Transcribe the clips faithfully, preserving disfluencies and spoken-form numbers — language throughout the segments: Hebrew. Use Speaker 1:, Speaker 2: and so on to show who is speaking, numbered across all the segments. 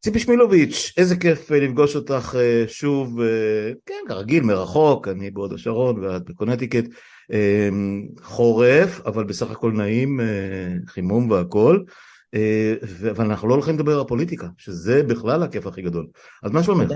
Speaker 1: ציפי שמילוביץ', איזה כיף לפגוש אותך שוב, כן, כרגיל, מרחוק, אני בהוד השרון ואת בקונטיקט, חורף, אבל בסך הכל נעים, חימום והכל, אבל אנחנו לא הולכים לדבר על פוליטיקה, שזה בכלל הכיף הכי גדול. אז מה שלומך?
Speaker 2: תודה.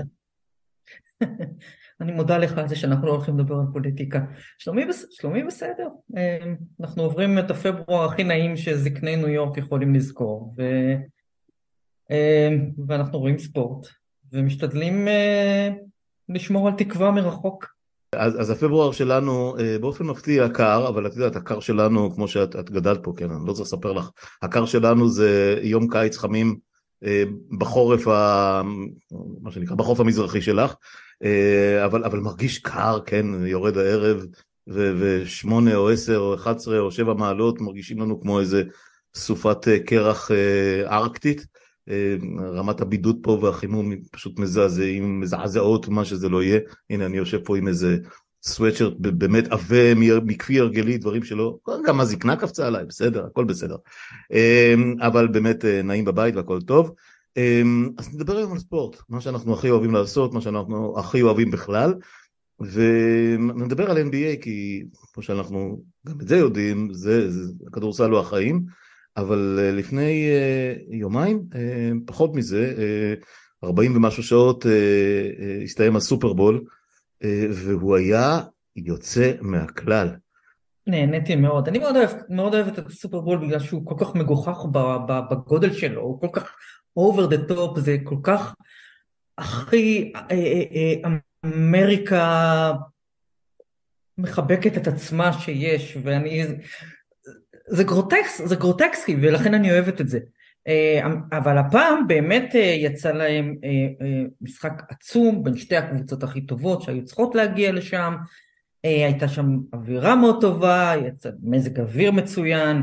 Speaker 2: אני מודה לך על זה שאנחנו לא הולכים לדבר על פוליטיקה. שלומי, בס... שלומי בסדר. אה, אנחנו עוברים את הפברואר הכי נעים שזקני ניו יורק יכולים לזכור, ו... אה, ואנחנו רואים ספורט, ומשתדלים אה, לשמור על תקווה מרחוק.
Speaker 1: אז, אז הפברואר שלנו באופן מפתיע קר, אבל את יודעת, הקר שלנו, כמו שאת את גדלת פה, כן, אני לא צריך לספר לך, הקר שלנו זה יום קיץ חמים בחורף, ה, מה שנקרא, בחורף המזרחי שלך, אבל, אבל מרגיש קר, כן, יורד הערב, ו, ושמונה או עשר או אחת עשרה או שבע מעלות, מרגישים לנו כמו איזה סופת קרח ארקטית, רמת הבידוד פה והחימום פשוט מזעזעים, מזעזעות, מה שזה לא יהיה. הנה אני יושב פה עם איזה סוואטשרט באמת עבה מכפי הרגלי, דברים שלא, גם הזקנה קפצה עליי, בסדר, הכל בסדר, אבל באמת נעים בבית והכל טוב. אז נדבר היום על ספורט, מה שאנחנו הכי אוהבים לעשות, מה שאנחנו הכי אוהבים בכלל, ונדבר על אן בי איי, כי כמו שאנחנו גם את זה יודעים, זה, זה הכדורסל הוא החיים. אבל לפני יומיים, פחות מזה, ארבעים ומשהו שעות, הסתיים הסופרבול, והוא היה יוצא מהכלל.
Speaker 2: נהניתי מאוד. אני מאוד אוהב, מאוד אוהבת את הסופרבול בגלל שהוא כל כך מגוחך ב- ב- בגודל שלו, הוא כל כך over the top, זה כל כך הכי אה, אה, אה, אמריקה מחבקת את עצמה שיש, ואני, זה גרוטקס, זה גרוטקסקי, ולכן אני אוהבת את זה. אבל הפעם באמת יצא להם משחק עצום בין שתי הקבוצות הכי טובות שהיו צריכות להגיע לשם. הייתה שם אווירה מאוד טובה, יצא מזג אוויר מצוין,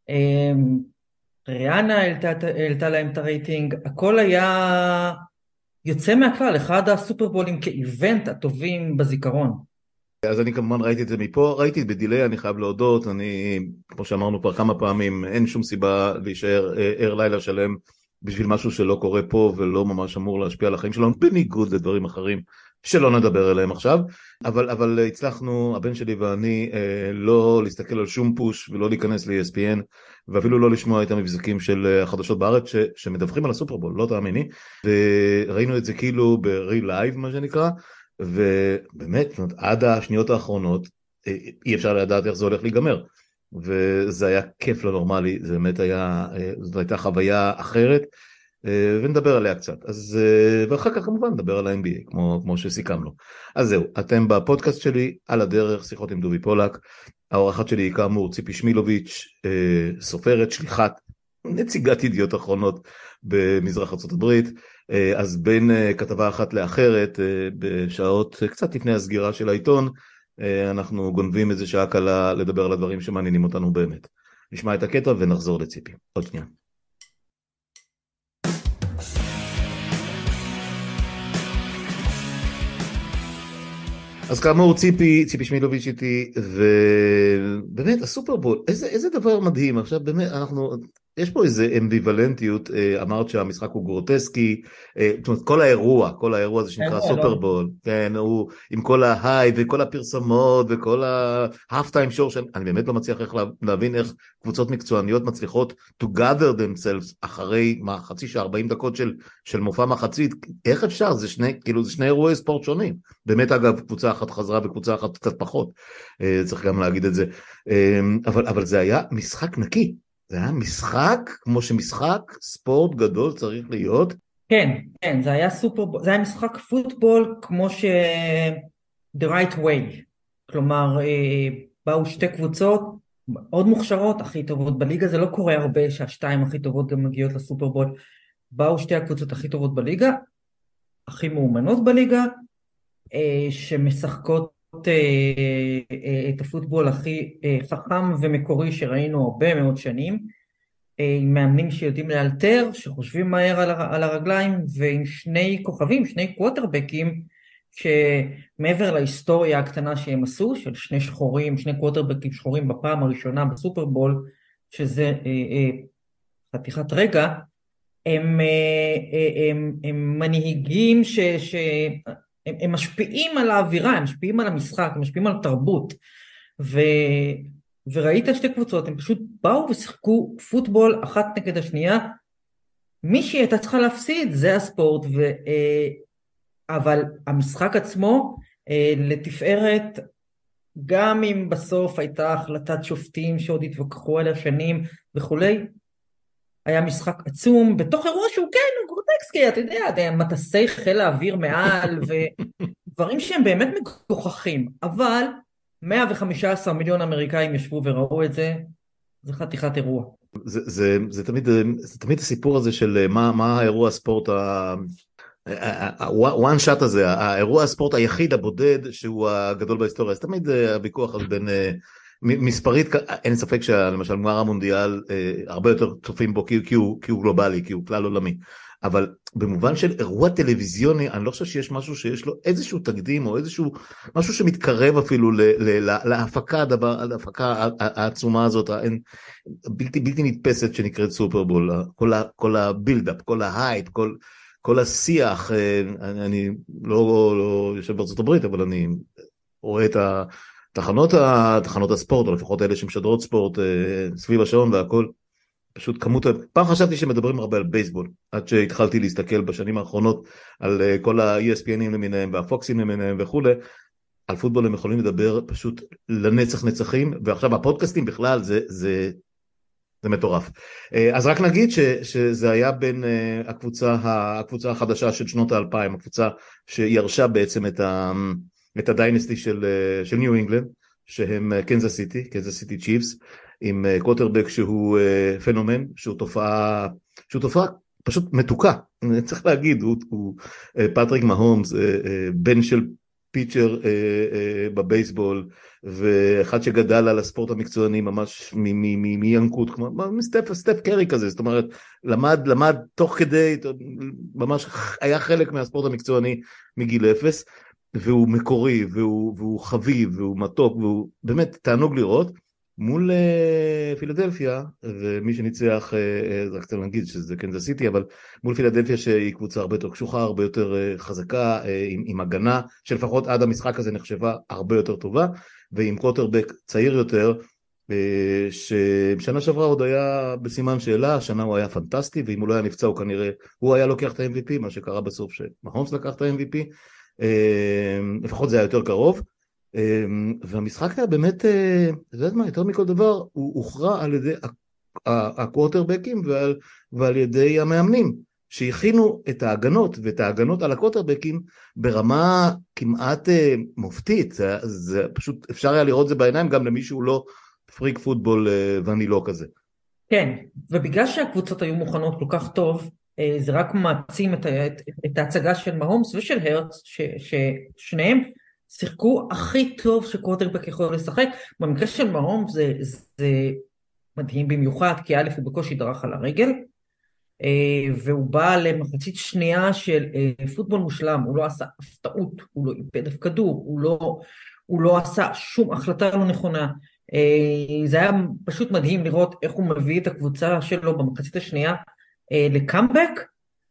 Speaker 2: ריאנה העלתה, העלתה להם את הרייטינג, הכל היה יוצא מהכלל, אחד הסופרבולים כאיבנט הטובים בזיכרון.
Speaker 1: אז אני כמובן ראיתי את זה מפה, ראיתי את בדילי, אני חייב להודות, אני, כמו שאמרנו כבר כמה פעמים, אין שום סיבה להישאר ער לילה שלם בשביל משהו שלא קורה פה ולא ממש אמור להשפיע על החיים שלנו, בניגוד לדברים אחרים שלא נדבר עליהם עכשיו, אבל, אבל הצלחנו, הבן שלי ואני, לא להסתכל על שום פוש ולא להיכנס ל-אי אס פי אן, ואפילו לא לשמוע את המבזקים של החדשות בארץ ש, שמדווחים על הסופרבול, לא תאמיני, וראינו את זה כאילו ב-real live מה שנקרא, ובאמת, עד השניות האחרונות, אי אפשר לדעת איך זה הולך להיגמר, וזה היה כיף לא נורמלי, זה באמת היה, זאת הייתה חוויה אחרת, ונדבר עליה קצת, אז, ואחר כך כמובן נדבר על ה-אן בי איי, כמו, כמו שסיכמנו. אז זהו, אתם בפודקאסט שלי, על הדרך, שיחות עם דובי פולק, האורחת שלי היא כאמור ציפי שמילוביץ', סופרת, שליחת, נציגת ידיעות אחרונות במזרח ארצות הברית, אז בין כתבה אחת לאחרת, בשעות קצת לפני הסגירה של העיתון, אנחנו גונבים איזה שעה קלה לדבר על הדברים שמעניינים אותנו באמת. נשמע את הקטע ונחזור לציפי. עוד שנייה. אז כאמור ציפי, ציפי שמילוביץ' איתי, ובאמת הסופרבול, איזה, איזה דבר מדהים, עכשיו באמת אנחנו, יש פה איזה אמביוולנטיות, אמרת שהמשחק הוא גרוטסקי, זאת אומרת כל האירוע, כל האירוע הזה שנקרא
Speaker 2: האירוע לא.
Speaker 1: סופרבול, כן, הוא עם כל ההיי וכל הפרסמות וכל ה-half time show, אני באמת לא מצליח איך להבין איך קבוצות מקצועניות מצליחות to gather themselves אחרי מה, חצי שעה, ארבעים דקות של, של מופע מחצית, איך אפשר? זה שני, כאילו זה שני אירועי ספורט שונים, באמת אגב קבוצה אחת חזרה וקבוצה אחת קצת פחות, צריך גם להגיד את זה, אבל, אבל זה היה משחק נקי, זה היה משחק כמו שמשחק ספורט גדול צריך להיות.
Speaker 2: כן, כן, זה היה סופרבול, זה היה משחק פוטבול כמו ש... the right way. כלומר, באו שתי קבוצות מאוד מוכשרות, הכי טובות בליגה, זה לא קורה הרבה שהשתיים הכי טובות גם מגיעות לסופרבול, באו שתי הקבוצות הכי טובות בליגה, הכי מאומנות בליגה, שמשחקות את הפוטבול הכי חכם ומקורי שראינו הרבה מאוד שנים, עם מאמנים שיודעים לאלתר, שחושבים מהר על, על הרגליים, ועם שני כוכבים, שני קווטרבקים, שמעבר להיסטוריה הקטנה שהם עשו, של שני שחורים, שני קווטרבקים שחורים בפעם הראשונה בסופרבול, שזה אה, אה, חתיכת רגע, הם, הם, הם מנהיגים ש, ש, הם, הם משפיעים על האווירה, הם משפיעים על המשחק, הם משפיעים על תרבות, ו, וראית שתי קבוצות, הם פשוט באו ושיחקו פוטבול אחת נגד השנייה, מי שהייתה צריכה להפסיד זה הספורט, ו, אבל המשחק עצמו לתפארת, גם אם בסוף הייתה החלטת שופטים שעוד התווכחו עליה שנים וכולי, היה משחק עצום, בתוך אירוע שהוא כן, הוא גרוטקסקי, אתה יודע, מטסי חיל האוויר מעל, ודברים שהם באמת מגוחכים, אבל מאה וחמישה עשר מיליון אמריקאים ישבו וראו את זה, זה חתיכת אירוע.
Speaker 1: זה, זה, זה, תמיד, זה תמיד הסיפור הזה של מה, מה האירוע הספורט, הוואן שאט הזה, האירוע הספורט היחיד הבודד שהוא הגדול בהיסטוריה, זה תמיד הוויכוח הזה בין... מספרית, אין ספק שלמשל גמר המונדיאל הרבה יותר צופים בו כי הוא, כי הוא גלובלי, כי הוא כלל עולמי, אבל במובן של אירוע טלוויזיוני, אני לא חושב שיש משהו שיש לו איזשהו תקדים, או איזשהו משהו שמתקרב אפילו להפקה, להפקה העצומה הזאת, בלתי, בלתי נתפסת שנקראת סופרבול, כל, כל הבילדאפ, כל ההייפ, כל, כל השיח, אני לא, לא יושב בארצות הברית, אבל אני רואה את ה... תחנות, תחנות הספורט, או לפחות אלה שמשדרות ספורט סביב השעון והכל, פשוט כמות, פעם חשבתי שמדברים הרבה על בייסבול, עד שהתחלתי להסתכל בשנים האחרונות על כל ה-E S P N'ים למיניהם והפוקסים למיניהם וכו', על פוטבול הם יכולים לדבר פשוט לנצח נצחים, ועכשיו הפודקאסטים בכלל זה, זה, זה מטורף. אז רק נגיד ש, שזה היה בין הקבוצה, הקבוצה החדשה של שנות האלפיים, הקבוצה שירשה בעצם את ה... את הדיינסטי של, של ניו אינגלנד, שהם קנזס סיטי, קנזס סיטי צ'יפס, עם קוטרבק שהוא פנומן, שהוא תופעה, שהוא תופעה פשוט מתוקה, צריך להגיד, הוא, הוא פטריק מהומס, בן של פיצ'ר בבייסבול, ואחד שגדל על הספורט המקצועני ממש מינקות, כמו סטף, סטף קרי כזה, זאת אומרת, למד, למד תוך כדי, ממש היה חלק מהספורט המקצועני מגיל אפס, והוא מקורי, והוא, והוא חביב, והוא מתוק, והוא באמת תענוג לראות, מול uh, פילדלפיה, ומי שניצח, uh, רק צריך להגיד שזה קנזס סיטי, אבל מול פילדלפיה שהיא קבוצה הרבה יותר קשוחה, הרבה יותר uh, חזקה, uh, עם, עם הגנה, שלפחות עד המשחק הזה נחשבה הרבה יותר טובה, ועם קוטרבק צעיר יותר, uh, ששנה שעברה עוד היה בסימן שאלה, השנה הוא היה פנטסטי, ואם הוא לא היה נפצע הוא כנראה, הוא היה לוקח את ה-M V P, מה שקרה בסוף שמהומס לקח את ה-M V P, לפחות זה היה יותר קרוב, והמשחק היה באמת, אתה יודעת מה, יותר מכל דבר, הוא הוכרע על ידי הקווטרבקים ועל, ועל ידי המאמנים, שהכינו את ההגנות ואת ההגנות על הקווטרבקים ברמה כמעט מופתית, זה, זה פשוט אפשר היה לראות זה בעיניים גם למי שהוא לא פריק פוטבול ואני לא כזה.
Speaker 2: כן, ובגלל שהקבוצות היו מוכנות כל כך טוב, זה רק מעצים את, את, את ההצגה של מהומס ושל הרץ, ש, ששניהם שיחקו הכי טוב שקווטרבק יכול לשחק. במקרה של מהומס זה, זה מדהים במיוחד, כי א' הוא בקושי דרך על הרגל, והוא בא למחצית שנייה של פוטבול מושלם, הוא לא עשה הפתעות, הוא לא איבד אף כדור, הוא לא, הוא לא עשה שום החלטה לא נכונה. זה היה פשוט מדהים לראות איך הוא מביא את הקבוצה שלו במחצית השנייה, לקאמבק,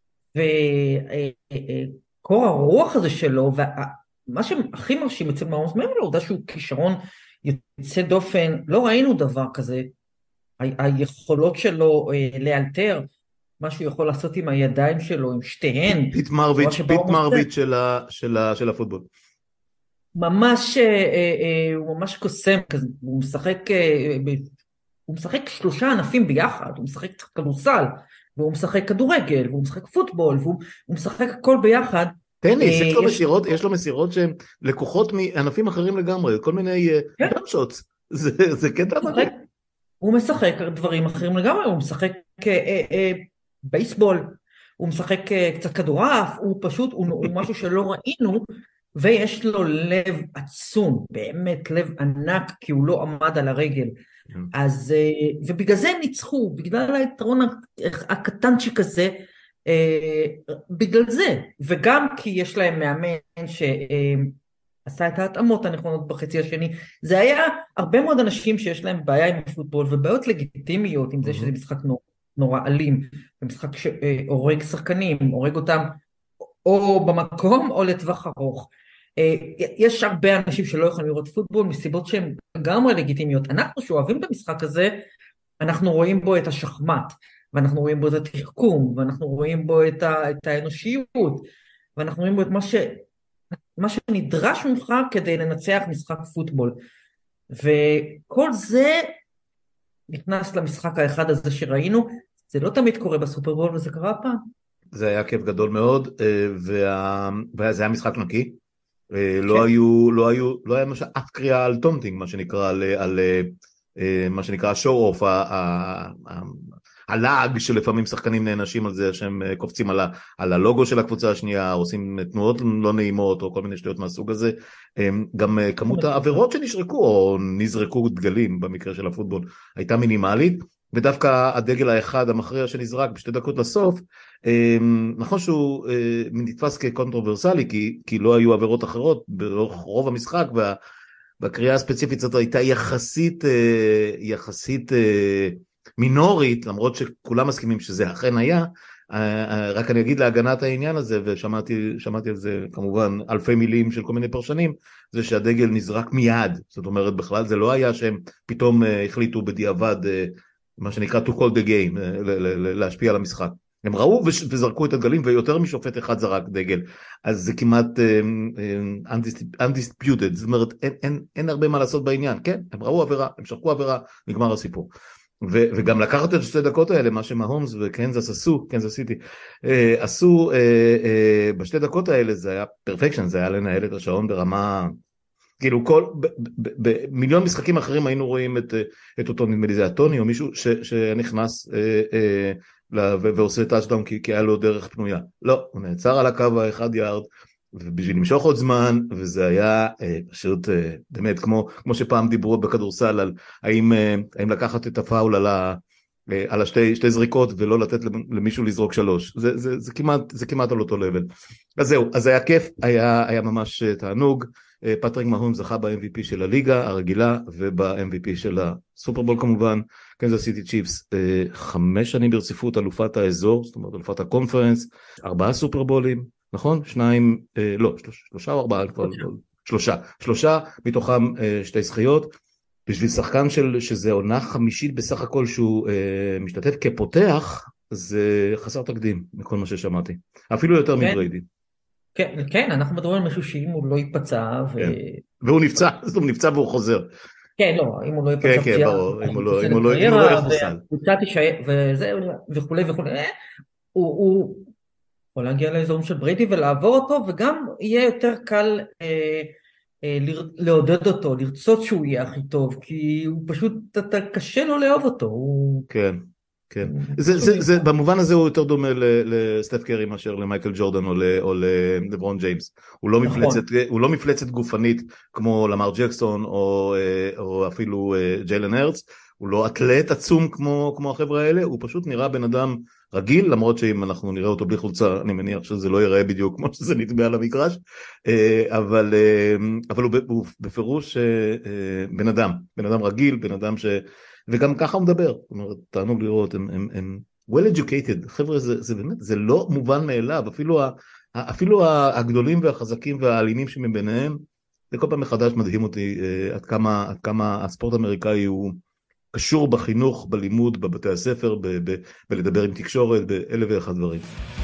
Speaker 2: וקור הרוח הזה שלו, ומה שהכי מרשים אצל מהומס, מעבר לעובדה שהוא כישרון יוצא דופן, לא ראינו דבר כזה, היכולות שלו לאלתר, מה שהוא יכול לעשות עם הידיים שלו, עם שתיהן.
Speaker 1: פיט מרוויץ', פיט מרוויץ' של הפוטבול.
Speaker 2: ממש, הוא ממש קוסם, הוא משחק, הוא משחק שלושה ענפים ביחד, הוא משחק כדורסל, והוא משחק כדורגל, והוא משחק פוטבול, והוא משחק הכל ביחד.
Speaker 1: טניס, יש לו מסירות, יש לו מסירות שהן לקוחות מענפים אחרים לגמרי, כל מיני שוטס, זה קטע מדהים.
Speaker 2: הוא משחק דברים אחרים לגמרי, הוא משחק בייסבול, הוא משחק קצת כדורעף, הוא פשוט, הוא משהו שלא ראינו, ויש לו לב עצום, באמת לב ענק, כי הוא לא עמד על הרגל. אז, ובגלל זה הם ניצחו, בגלל היתרון הקטנצ'יק הזה, בגלל זה, וגם כי יש להם מאמן שעשה את ההתאמות הנכונות בחצי השני, זה היה הרבה מאוד אנשים שיש להם בעיה עם הפוטבול, ובעיות לגיטימיות עם זה שזה משחק נורא אלים, במשחק שהורג שחקנים, הורג אותם או במקום או לטווח ארוך. יש הרבה אנשים שלא יכולים לראות פוטבול מסיבות שהן לגמרי לגיטימיות. אנחנו שאוהבים את המשחק הזה, אנחנו רואים בו את השחמט, ואנחנו רואים בו את התחכום, ואנחנו רואים בו את, ה, את האנושיות, ואנחנו רואים בו את מה, ש, מה שנדרש ממך כדי לנצח משחק פוטבול. וכל זה נכנס למשחק האחד הזה שראינו, זה לא תמיד קורה בסופרבול, וזה קרה פעם. זה
Speaker 1: היה כיף גדול מאוד, וה... וזה היה משחק נקי. לא היו, לא היו, לא היה משהו, אף קריאה על טונטינג, מה שנקרא, על, על מה שנקרא show off, הלעג שלפעמים שחקנים נענשים על זה, שהם קופצים על, ה, על הלוגו של הקבוצה השנייה, עושים תנועות לא נעימות, או כל מיני שטויות מהסוג הזה. גם כמות העבירות שנשרקו, או נזרקו דגלים, במקרה של הפוטבול, הייתה מינימלית, ודווקא הדגל האחד המכריע שנזרק בשתי דקות לסוף, נכון שהוא נתפס כקונטרוברסלי, כי, כי לא היו עבירות אחרות ברוב המשחק, וה, והקריאה הספציפית זאת הייתה יחסית, יחסית מינורית, למרות שכולם מסכימים שזה אכן היה. רק אני אגיד להגנת העניין הזה, ושמעתי שמעתי על זה כמובן אלפי מילים של כל מיני פרשנים, זה שהדגל נזרק מיד, זאת אומרת בכלל זה לא היה שהם פתאום החליטו בדיעבד, מה שנקרא to call the game, להשפיע על המשחק. הם ראו וזרקו את הדגלים, ויותר משופט אחד זרק דגל, אז זה כמעט undisputed, זאת אומרת אין, אין, אין הרבה מה לעשות בעניין, כן, הם ראו עבירה, הם שרקו עבירה, נגמר הסיפור. ו- וגם לקחת את שתי דקות האלה, מה שמהומס וקנזס עשו, קנזס סיטי, עשו בשתי דקות האלה, זה היה פרפקשן, זה היה לנהל את השעון ברמה, כאילו כל, במיליון משחקים אחרים היינו רואים את, את אותו, נדמה לי זה הטוני או מישהו ש- שנכנס אה, אה, ועושה טאצ'דאון כי, כי היה לו דרך פנויה. לא, הוא נעצר על הקו האחד יארד, ובשביל למשוך עוד זמן, וזה היה אה, פשוט, אה, באמת, כמו, כמו שפעם דיברו בכדורסל, על האם, אה, האם לקחת את הפאול על, ה, אה, על השתי שתי זריקות, ולא לתת למישהו לזרוק שלוש. זה, זה, זה, כמעט, זה כמעט על אותו לבל. אז זהו, אז היה כיף, היה, היה ממש תענוג. אה, פטריק מהום זכה ב-אם וי פי של הליגה הרגילה, וב-אם וי פי של הסופרבול כמובן. קנזס סיטי צ'יפס, אה, חמש שנים ברציפות אלופת האזור, זאת אומרת אלופת הקונפרנס, ארבעה סופרבולים, נכון? שניים, אה, לא, שלוש, שלושה או ארבעה, שלושה, שלושה, שלושה מתוכם אה, שתי זכיות, בשביל שחקן של, שזה עונה חמישית בסך הכל שהוא אה, משתתף כפותח, זה חסר תקדים מכל מה ששמעתי, אפילו יותר כן. מבריידי.
Speaker 2: כן, כן, אנחנו מדברים על משהו שאם הוא לא ייפצע, ו...
Speaker 1: כן. והוא נפצע, הוא נפצע והוא חוזר.
Speaker 2: כן, לא, אם הוא לא ייפצע
Speaker 1: כן, כן, ברור, אם הוא לא, אם הוא לא, אם הוא לא יחוסל.
Speaker 2: וזה, וכולי וכולי, הוא יכול להגיע לאזורים של בריידי ולעבור אותו, וגם יהיה יותר קל אה, אה, לעודד אותו, לרצות שהוא יהיה הכי טוב, כי הוא פשוט, אתה קשה לו לאהוב אותו. הוא...
Speaker 1: כן, כן. זה, זה, זה, במובן הזה הוא יותר דומה לסטף קרי מאשר למייקל ג'ורדן או לברון ג'יימס. הוא לא מפלצת, הוא לא מפלצת גופנית כמו למר ג'קסון או, או אפילו ג'יילן הרץ. הוא לא אתלט עצום כמו, כמו החבר'ה האלה, הוא פשוט נראה בן אדם רגיל, למרות שאם אנחנו נראה אותו בלי חולצה, אני מניח שזה לא ייראה בדיוק כמו שזה נטבע על המגרש, אבל, אבל הוא, הוא בפירוש בן אדם, בן אדם רגיל, בן אדם ש... וגם ככה הוא מדבר, זאת אומרת, תענוג לראות, הם, הם, הם well educated, חבר'ה, זה, זה באמת, זה לא מובן מאליו, אפילו, ה, אפילו הגדולים והחזקים והאלימים שמביניהם, זה כל פעם מחדש מדהים אותי עד כמה, עד כמה הספורט האמריקאי הוא קשור בחינוך, בלימוד, בבתי הספר, ב, ב, בלדבר עם תקשורת, באלה ואחד דברים.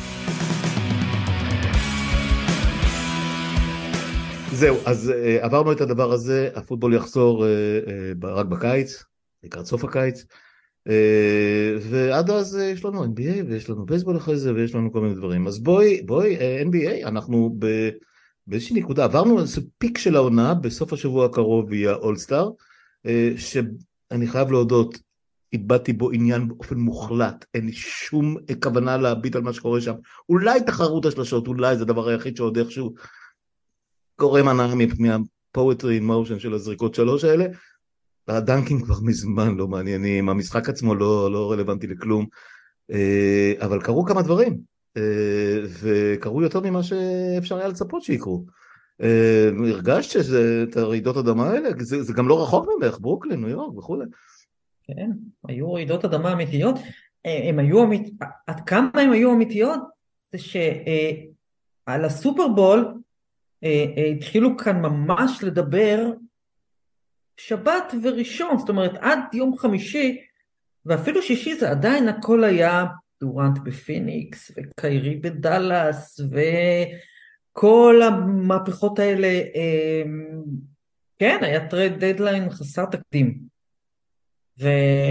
Speaker 1: זהו, אז עברנו את הדבר הזה, הפוטבול יחזור רק בקיץ, לקראת סוף הקיץ, ועד אז יש לנו אן בי איי ויש לנו בייסבול אחרי זה ויש לנו כל מיני דברים. אז בואי, בואי, אן בי איי, אנחנו באיזושהי נקודה, עברנו איזה פיק של העונה בסוף השבוע הקרוב יהיה אולסטאר, שאני חייב להודות, איבדתי בו עניין באופן מוחלט, אין לי שום כוונה להביט על מה שקורה שם, אולי תחרות השלשות, אולי זה הדבר היחיד שעוד איכשהו גורם הנאה מה-poetry in motion של הזריקות שלוש האלה, הדנקים כבר מזמן לא מעניינים, המשחק עצמו לא, לא רלוונטי לכלום, אבל קרו כמה דברים, וקרו יותר ממה שאפשר היה לצפות שיקרו. הרגשת שזה, את הרעידות אדמה האלה, זה, זה גם לא רחוק ממך, ברוקלין, ניו יורק וכו'.
Speaker 2: כן, היו רעידות אדמה אמיתיות. הם היו אמית, עד כמה הם היו אמיתיות, זה שעל הסופרבול התחילו כאן ממש לדבר שבת וראשון, זאת אומרת עד יום חמישי, ואפילו שישי זה עדיין הכל היה דורנט בפיניקס, וקיירי בדלס, וכל המהפכות האלה, כן, היה טרייד דדליין חסר תקדים. ו...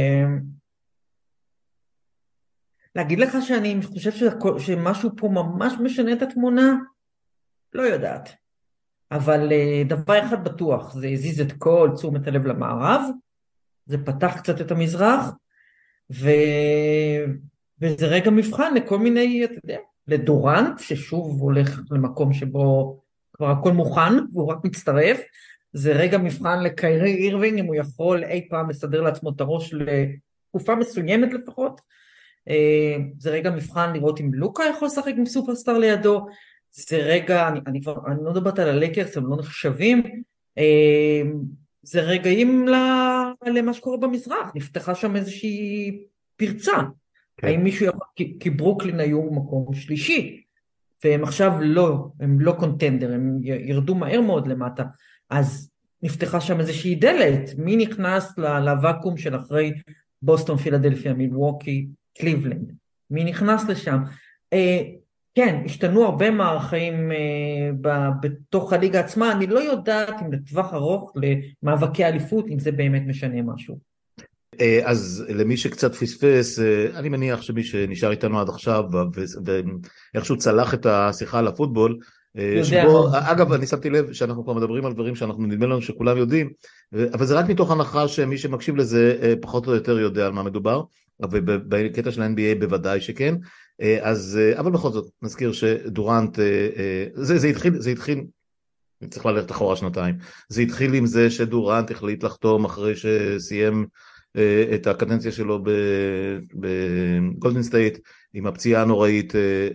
Speaker 2: להגיד לך שאני חושב שהכל, שמשהו פה ממש משנה את התמונה? לא יודעת. אבל דבר אחד בטוח, זה הזיז את כל תשומת הלב למערב, זה פתח קצת את המזרח, ו... וזה רגע מבחן לכל מיני, אתה יודע, לדורנט, ששוב הולך למקום שבו כבר הכל מוכן, והוא רק מצטרף, זה רגע מבחן לקיירי אירווינג, אם הוא יכול אי פעם לסדר לעצמו את הראש לתקופה מסוימת לפחות, זה רגע מבחן לראות אם לוקה יכול לשחק עם סופרסטאר לידו, זה רגע, אני, אני כבר, אני לא מדברת על הלייקרס, הם לא נחשבים, זה רגעים למה שקורה במזרח, נפתחה שם איזושהי פרצה, כן. האם מישהו יכול, כי, כי ברוקלין היו מקום שלישי, והם עכשיו לא, הם לא קונטנדר, הם ירדו מהר מאוד למטה, אז נפתחה שם איזושהי דלת, מי נכנס לוואקום של אחרי בוסטון, פילדלפיה, מילווקי, קליבלנד, מי נכנס לשם, אה, כן, השתנו הרבה מערכים אה, בתוך הליגה עצמה, אני לא יודעת אם לטווח ארוך, למאבקי אליפות, אם זה באמת משנה משהו.
Speaker 1: אז למי שקצת פספס, אני מניח שמי שנשאר איתנו עד עכשיו, ואיכשהו צלח את השיחה על הפוטבול, שבו, אגב, אני שמתי לב שאנחנו כבר מדברים על דברים שאנחנו נדמה לנו שכולם יודעים, אבל זה רק מתוך הנחה שמי שמקשיב לזה פחות או יותר יודע על מה מדובר, ובקטע של ה-אן בי איי בוודאי שכן, אז, אבל בכל זאת, נזכיר שדורנט, זה, זה התחיל, זה התחיל, צריך ללכת אחורה שנתיים, זה התחיל עם זה שדורנט החליט לחתום אחרי שסיים את הקדנציה שלו בגולדן סטייט, עם הפציעה הנוראית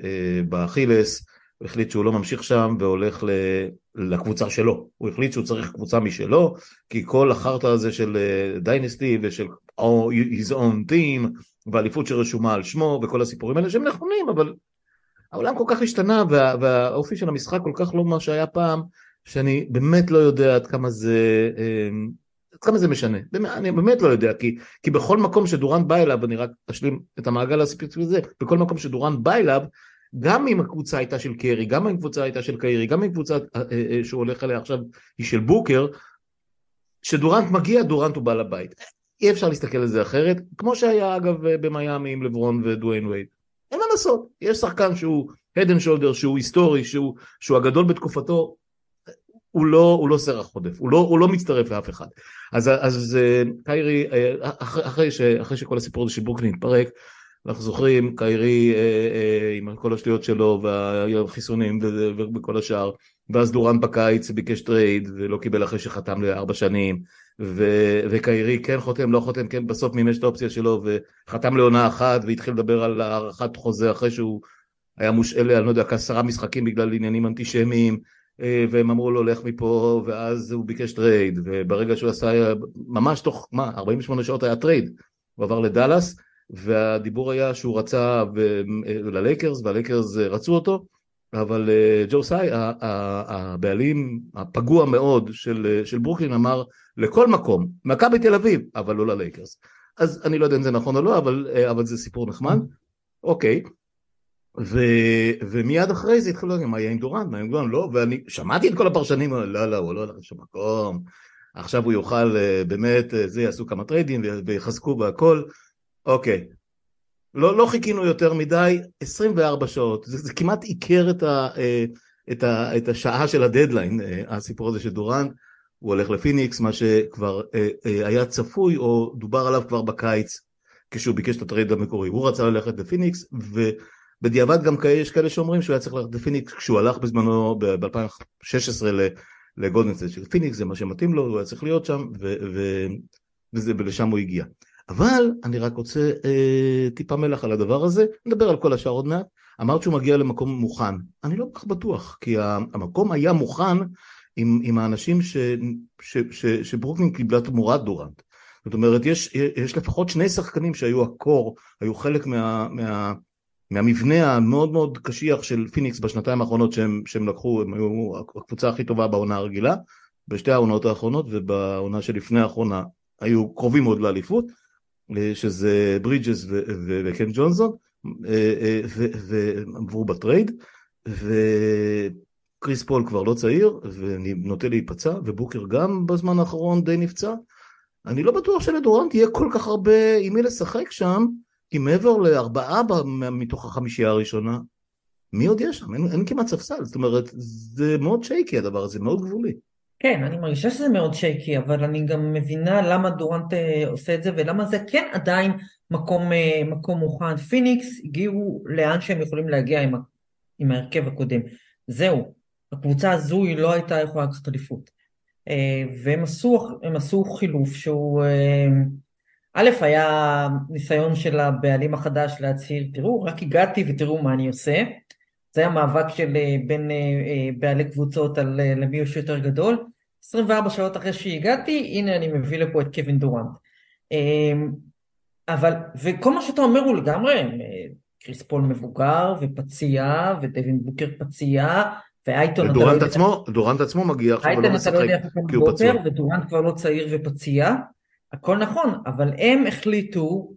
Speaker 1: באכילס, הוא החליט שהוא לא ממשיך שם והולך לקבוצה שלו, הוא החליט שהוא צריך קבוצה משלו, כי כל החרטה הזה של דיינסטי ושל his own team, והאליפות שרשומה על שמו, וכל הסיפורים האלה שהם נכונים, אבל העולם כל כך השתנה, וה, והאופי של המשחק כל כך לא מה שהיה פעם, שאני באמת לא יודע עד כמה זה, עד כמה זה משנה, אני באמת לא יודע, כי, כי בכל מקום שדורנט בא אליו, אני רק אשלים את המעגל הספציפי הזה, בכל מקום שדורנט בא אליו, גם אם הקבוצה הייתה של קרי, גם אם הקבוצה הייתה של קיירי, גם אם הקבוצה שהוא הולך עליה עכשיו היא של בוקר, שדורנט מגיע, דורנט הוא בעל הבית. אי אפשר להסתכל על זה אחרת, כמו שהיה אגב במיימי עם לברון ודוויין וייד. אין מה לעשות, יש שחקן שהוא head and shoulder, שהוא היסטורי, שהוא, שהוא הגדול בתקופתו, הוא לא, הוא לא סרח חודף, הוא לא, הוא לא מצטרף לאף אחד. אז, אז קיירי, אחרי, אחרי, ש, אחרי שכל הסיפור הזה של ברוקלין התפרק, אנחנו זוכרים, קיירי אה, אה, עם כל השטויות שלו והחיסונים וכל השאר, ואז דורנט בקיץ ביקש טרייד ולא קיבל אחרי שחתם לארבע שנים, ו- וקיירי כן חותם, לא חותם, כן בסוף מימש את האופציה שלו וחתם לעונה אחת והתחיל לדבר על הערכת חוזה אחרי שהוא היה מושאל, אני לא יודע, כעשרה משחקים בגלל עניינים אנטישמיים, והם אמרו לו לך מפה, ואז הוא ביקש טרייד, וברגע שהוא עשה, ממש תוך מה, ארבעים ושמונה שעות היה טרייד, הוא עבר לדלס, והדיבור היה שהוא רצה ללייקרס, והלייקרס רצו אותו, אבל ג'ו סאי, הבעלים הפגוע מאוד של, של ברוקלין, אמר לכל מקום, מכבי תל אביב, אבל לא ללייקרס. אז אני לא יודע אם זה נכון או לא, אבל, אבל זה סיפור נחמד. אוקיי. ו, ומיד אחרי זה התחילו, מה יהיה עם דורנט, מה יהיה עם דורנט, לא, ואני שמעתי את כל הפרשנים, לא, לא, הוא לא הולך לשום מקום, עכשיו הוא יוכל באמת, זה יעשו כמה טריידים ויחזקו בהכל, אוקיי. לא, לא חיכינו יותר מדי, עשרים וארבע שעות, זה, זה כמעט עיקר את, ה, את, ה, את השעה של הדדליין, הסיפור הזה של דורנט, הוא הולך לפיניקס, מה שכבר היה צפוי, או דובר עליו כבר בקיץ, כשהוא ביקש את הטרייד המקורי, הוא רצה ללכת לפיניקס, ובדיעבד גם יש כאלה שאומרים שהוא היה צריך ללכת לפיניקס, כשהוא הלך בזמנו ב-אלפיים ושש עשרה לגולדן סטייט של פיניקס, זה מה שמתאים לו, הוא היה צריך להיות שם, ו, ו, וזה, ולשם הוא הגיע. אבל אני רק רוצה אה, טיפה מלח על הדבר הזה, נדבר על כל השאר עוד מעט. אמרת שהוא מגיע למקום מוכן, אני לא כל כך בטוח, כי המקום היה מוכן עם, עם האנשים ש, ש, ש, שברוקלין קיבלה תמורת דורנט. זאת אומרת, יש, יש לפחות שני שחקנים שהיו הקור, היו חלק מה, מה, מהמבנה המאוד מאוד קשיח של פיניקס בשנתיים האחרונות שהם, שהם לקחו, הם היו הקבוצה הכי טובה בעונה הרגילה, בשתי העונות האחרונות, ובעונה שלפני האחרונה היו קרובים מאוד לאליפות, שזה ברידג'ס וקן ג'ונסון, והם עברו בטרייד, וקריס פול כבר לא צעיר, ונוטה להיפצע, ובוקר גם בזמן האחרון די נפצע. אני לא בטוח שלדורנט יהיה כל כך הרבה עם מי לשחק שם, כי מעבר לארבעה מתוך החמישייה הראשונה, מי עוד יש שם? אין, אין כמעט ספסל, זאת אומרת, זה מאוד שייקי הדבר הזה, מאוד גבולי.
Speaker 2: כן, אני מרגישה שזה מאוד שייקי, אבל אני גם מבינה למה דורנט עושה את זה, ולמה זה כן עדיין מקום, מקום מוכן. פיניקס הגיעו לאן שהם יכולים להגיע עם, עם ההרכב הקודם. זהו, הקבוצה הזו היא לא הייתה יכולה לקחת אליפות. והם עשו, הם עשו חילוף שהוא, א', היה ניסיון של הבעלים החדש להצהיר, תראו, רק הגעתי ותראו מה אני עושה. זה היה מאבק של בין בעלי קבוצות על למי יש יותר גדול. עשרים וארבע שעות אחרי שהגעתי, הנה אני מביא לפה את קווין דורנט. אבל, וכל מה שאתה אומר הוא לגמרי, קריס פול מבוגר ופציע, ודווין בוקר פציע, ואייטון...
Speaker 1: ודורנט עצמו, דורנט עצמו מגיע עכשיו ולא משחק, כי הוא פצוע.
Speaker 2: ודורנט כבר לא צעיר ופציע, הכל נכון, אבל הם החליטו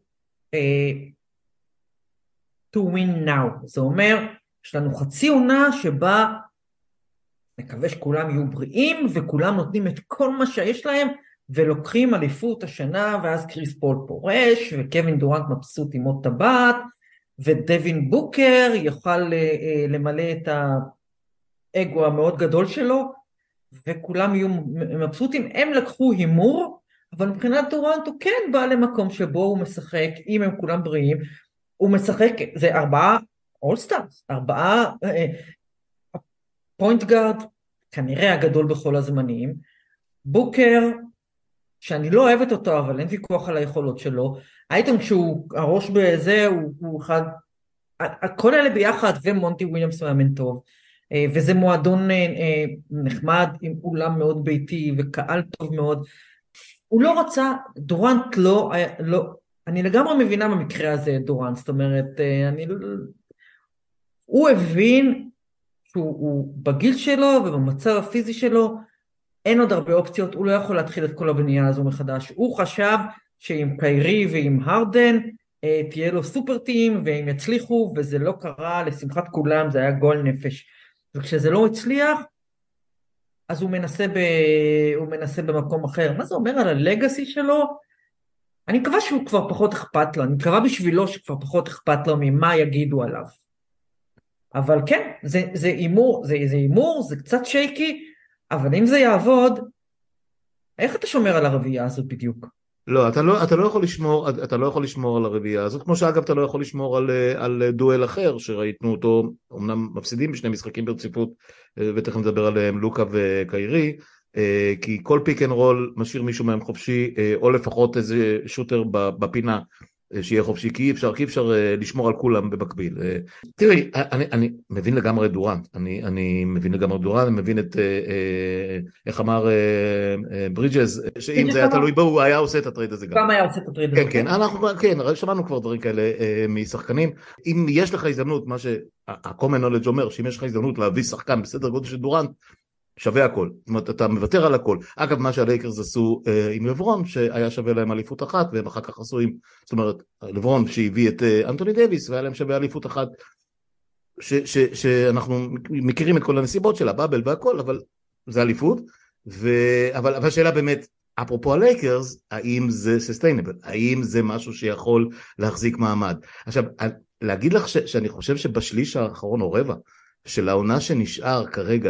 Speaker 2: to win now. זה אומר, יש לנו חצי עונה שבה מקווה שכולם יהיו בריאים, וכולם נותנים את כל מה שיש להם, ולוקחים אליפות השנה, ואז קריס פול פורש, וקווין דורנט מבסוט עם עוד טבעת, ודווין בוקר יוכל למלא את האגו המאוד גדול שלו, וכולם יהיו מבסוטים. הם לקחו הימור, אבל מבחינת דורנט הוא כן בא למקום שבו הוא משחק, אם הם כולם בריאים, הוא משחק, זה ארבעה אולסטארס, ארבעה פוינט גארד, כנראה הגדול בכל הזמנים, בוקר, שאני לא אוהבת אותו, אבל אין ויכוח על היכולות שלו, הייתם כשהוא, הראש בזה, הוא, הוא אחד, כל אלה ביחד, ומונטי וויליאמס מאמן טוב, וזה מועדון נחמד, עם אולם מאוד ביתי, וקהל טוב מאוד, הוא לא רצה, דורנט לא, לא, אני לגמרי מבינה במקרה הזה דורנט, זאת אומרת, אני לא, הוא הבין שהוא בגיל שלו ובמצב הפיזי שלו, אין עוד הרבה אופציות, הוא לא יכול להתחיל את כל הבנייה הזו מחדש. הוא חשב שעם קיירי ועם הרדן תהיה לו סופר טים והם יצליחו, וזה לא קרה, לשמחת כולם, זה היה גול נפש. וכשזה לא הצליח, אז הוא מנסה, ב... הוא מנסה במקום אחר. מה זה אומר על הלגאסי שלו? אני מקווה שהוא כבר פחות אכפת לו, אני מקווה בשבילו שכבר פחות אכפת לו ממה יגידו עליו. אבל כן, זה, זה אימור, זה, זה אימור, זה קצת שייקי, אבל אם זה יעבוד, איך אתה שומר על הרביעייה הזאת בדיוק?
Speaker 1: לא, אתה לא, אתה לא יכול לשמור, אתה לא יכול לשמור על הרביעייה הזאת, כמו שאגב אתה לא יכול לשמור על, על דואל אחר, שראיתנו אותו, אמנם מפסידים בשני משחקים ברציפות, ותכף נדבר עליהם, לוקה וקיירי, כי כל פיק אנד רול משאיר מישהו מהם חופשי, או לפחות איזה שוטר בפינה, שיהיה חופשי, כי אי אפשר, כי אפשר לשמור על כולם במקביל. תראי, אני, אני מבין לגמרי דורנט, אני, אני מבין לגמרי דורנט, אני מבין את, איך אמר ברידג'ס, שאם זה היה תלוי בו, הוא היה עושה את הטרייד הזה גם.
Speaker 2: גם היה עושה את הטרייד הזה.
Speaker 1: כן, כן, אנחנו, כן, שמענו כבר דברים כאלה משחקנים. אם יש לך הזדמנות, מה שה-common knowledge אומר, שאם יש לך הזדמנות להביא שחקן בסדר גודל של דורנט, שווה הכל, זאת אומרת, אתה מוותר על הכל. אגב, מה שהלייקרס עשו אה, עם לברון, שהיה שווה להם אליפות אחת, והם אחר כך עשו עם, זאת אומרת, לברון שהביא את אה, אנטוני דייביס, והיה להם שווה אליפות אחת, ש, ש, שאנחנו מכירים את כל הנסיבות שלה, באבל והכל, אבל זה אליפות, ו, אבל, אבל השאלה באמת, אפרופו הלייקרס, האם זה sustainable, האם זה משהו שיכול להחזיק מעמד. עכשיו, להגיד לך ש, שאני חושב שבשליש האחרון או רבע, של העונה שנשאר כרגע,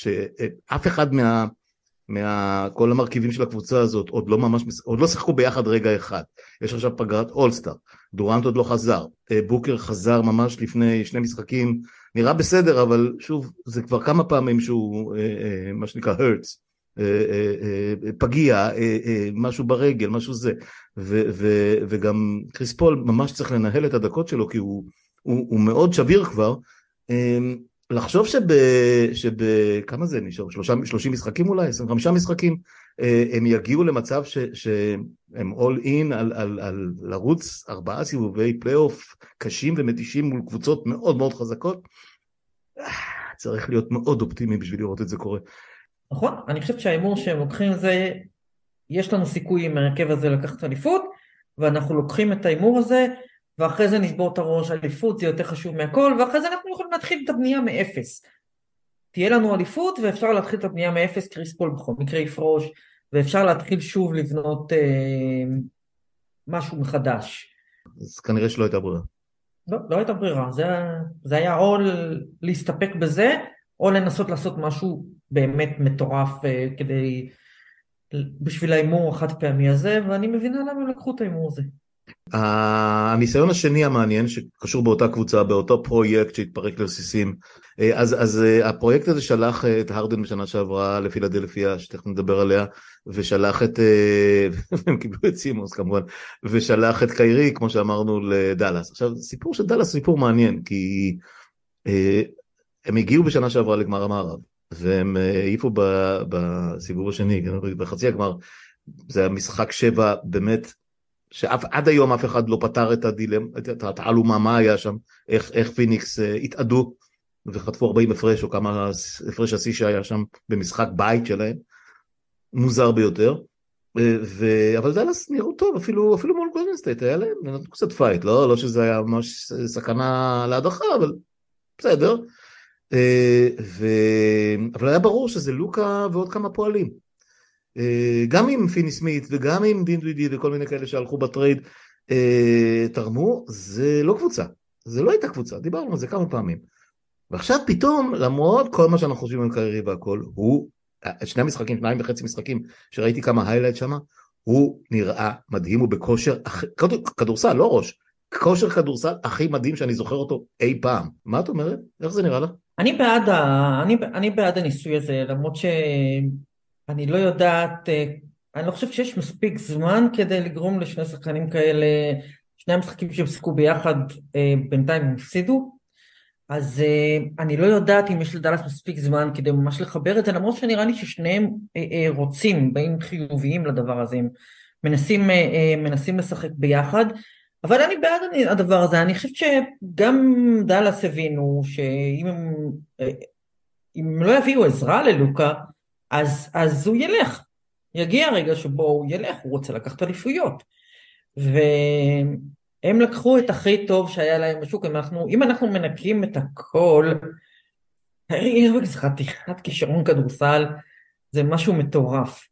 Speaker 1: שאף אחד מה, מה, כל המרכיבים של הקבוצה הזאת עוד לא ממש, עוד לא שחקו ביחד רגע אחד. יש עכשיו פגרת אולסטאר, דורנט עוד לא חזר, בוקר חזר ממש לפני שני משחקים, נראה בסדר, אבל שוב, זה כבר כמה פעמים שהוא, מה שנקרא, הרטס, פגיע, משהו ברגל, משהו זה, ו, ו, וגם קריס פול ממש צריך לנהל את הדקות שלו, כי הוא, הוא, הוא מאוד שביר כבר, לחשוב שב... שב... כמה זה נשאר? שלושים משחקים אולי? עשרים וחמישה משחקים? הם יגיעו למצב ש, שהם all in על, על, על לרוץ ארבעה סיבובי פלייאוף קשים ומתישים מול קבוצות מאוד מאוד חזקות, צריך להיות מאוד אופטימי בשביל לראות את זה קורה.
Speaker 2: נכון, אני חושבת שהאימור שהם לוקחים זה, יש לנו סיכוי עם הרכב הזה לקחת אליפות, ואנחנו לוקחים את האימור הזה, ואחרי זה נשבור את הראש, אליפות זה יותר חשוב מהכל, ואחרי זה אנחנו יכולים להתחיל את הבנייה מאפס. תהיה לנו אליפות, ואפשר להתחיל את הבנייה מאפס, קריס פול בכל מקרה יפרוש, ואפשר להתחיל שוב לבנות אה, משהו מחדש.
Speaker 1: אז כנראה שלא הייתה ברירה.
Speaker 2: לא, לא הייתה ברירה, זה, זה היה או להסתפק בזה, או לנסות לעשות משהו באמת מטורף אה, כדי, בשביל האימור החד פעמי הזה, ואני מבינה למה הם לקחו את האימור הזה.
Speaker 1: הניסיון השני המעניין שקשור באותה קבוצה, באותו פרויקט שהתפרק לרסיסים, אז, אז הפרויקט הזה שלח את הרדן בשנה שעברה לפילדלפיה, שתכף נדבר עליה, ושלח את, הם קיבלו את סימוס כמובן, ושלח את קיירי, כמו שאמרנו, לדלס. עכשיו, סיפור של דלס סיפור מעניין, כי הם הגיעו בשנה שעברה לגמר המערב, והם העיפו בסיבוב השני, בחצי הגמר, זה המשחק שבע באמת, שעד היום אף אחד לא פתר את הדילם, את התעלומה, מה היה שם, איך, איך פיניקס התעדו, וחטפו ארבעים הפרש, או כמה הפרש השיא שהיה שם, במשחק בית שלהם, מוזר ביותר, ו... אבל דלס נראו טוב, אפילו, אפילו מול גולדן סטייט, היה להם, נתנו קצת פייט, לא, לא שזה היה ממש סכנה להדחה, אבל בסדר, ו... אבל היה ברור שזה לוקה ועוד כמה פועלים, גם עם פיני סמית וגם עם דין דוידי וכל מיני כאלה שהלכו בטרייד תרמו, זה לא קבוצה, זה לא הייתה קבוצה, דיברנו על זה כמה פעמים, ועכשיו פתאום למרות כל מה שאנחנו חושבים על קיירי והכל, הוא, שני המשחקים, שניים וחצי משחקים שראיתי כמה היילייט שמה, הוא נראה מדהים, הוא בכושר, כדורסל, לא ראש, כושר כדורסל הכי מדהים שאני זוכר אותו אי פעם. מה את אומרת? איך זה נראה לך?
Speaker 2: אני בעד, אני, אני בעד הניסוי הזה, למרות ש... אני לא יודעת, אני לא חושבת שיש מספיק זמן כדי לגרום לשני שחקנים כאלה, שני המשחקים שהם שיחקו ביחד בינתיים הם הפסידו, אז אני לא יודעת אם יש לדלס מספיק זמן כדי ממש לחבר את זה, למרות שנראה לי ששניהם רוצים, באים חיוביים לדבר הזה, הם מנסים, מנסים לשחק ביחד, אבל אני בעד הדבר הזה, אני חושבת שגם דלס הבינו שאם הם, אם הם לא יביאו עזרה ללוקה, אז, אז הוא ילך, יגיע הרגע שבו הוא ילך, הוא רוצה לקחת אליפויות, והם לקחו את הכי טוב שהיה להם בשוק, אם אנחנו, אם אנחנו מנקים את הכל, זה חתיכת כישרון כדורסל, זה משהו מטורף.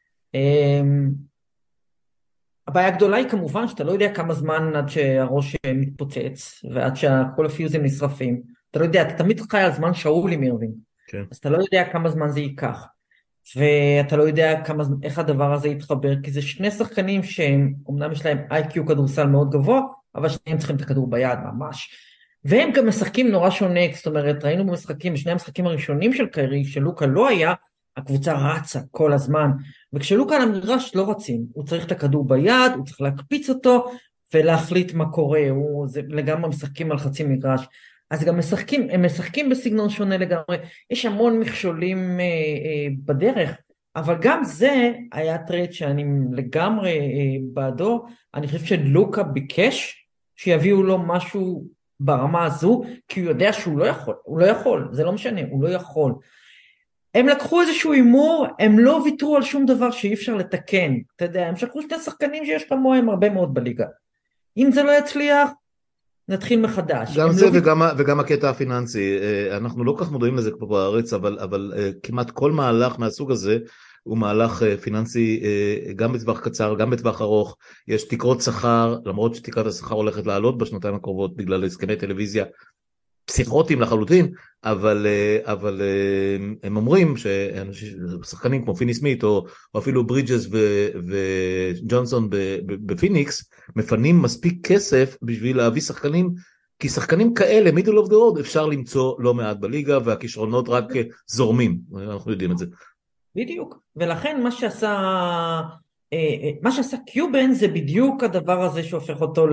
Speaker 2: הבעיה הגדולה היא כמובן שאתה לא יודע כמה זמן עד שהראש מתפוצץ, ועד שכל הפיוזים נשרפים, אתה לא יודע, אתה תמיד חי על זמן שאול עם אירווינג, כן. אז אתה לא יודע כמה זמן זה ייקח. ואתה לא יודע כמה, איך הדבר הזה יתחבר, כי זה שני שחקנים שהם, אמנם יש להם איי קיו כדורסל מאוד גבוה, אבל שניהם צריכים את הכדור ביד ממש. והם גם משחקים נורא שונה, זאת אומרת, ראינו במשחקים, בשני המשחקים הראשונים של קיירי, שלוקה לא היה, הקבוצה רצה כל הזמן, וכשלוקה על המגרש לא רצים, הוא צריך את הכדור ביד, הוא צריך להקפיץ אותו, ולהחליט מה קורה, הוא, זה לגמרי משחקים על חצי מגרש, אז גם משחקים, הם משחקים בסגנון שונה לגמרי, יש המון מכשולים אה, אה, בדרך, אבל גם זה היה טרייד שאני לגמרי אה, בעדו, אני חושב שלוקה ביקש שיביאו לו משהו ברמה הזו, כי הוא יודע שהוא לא יכול, הוא לא יכול, זה לא משנה, הוא לא יכול. הם לקחו איזשהו אימור, הם לא ויתרו על שום דבר שאי אפשר לתקן, אתה יודע, הם שלחו שני שחקנים שיש כמוהם הרבה מאוד בליגה. אם זה לא יצליח, נתחיל מחדש.
Speaker 1: גם זה
Speaker 2: לא...
Speaker 1: וגם, וגם הקטע הפיננסי, אנחנו לא כך מודעים לזה פה בארץ, אבל, אבל כמעט כל מהלך מהסוג הזה, הוא מהלך פיננסי גם בטווח קצר, גם בטווח ארוך, יש תקרות שכר, למרות שתקרת השכר הולכת לעלות בשנתיים הקרובות, בגלל הסכמי טלוויזיה, פסיכוטיים לחלוטין, אבל, אבל הם אומרים ששחקנים כמו פיני סמית, או, או אפילו ברידג'ס וג'ונסון בפיניקס, מפנים מספיק כסף בשביל להביא שחקנים, כי שחקנים כאלה, מידל אוף דה רוד, אפשר למצוא לא מעט בליגה, והכישרונות רק זורמים, אנחנו יודעים את זה.
Speaker 2: בדיוק, ולכן מה שעשה, מה שעשה קיובן זה בדיוק הדבר הזה שהופך אותו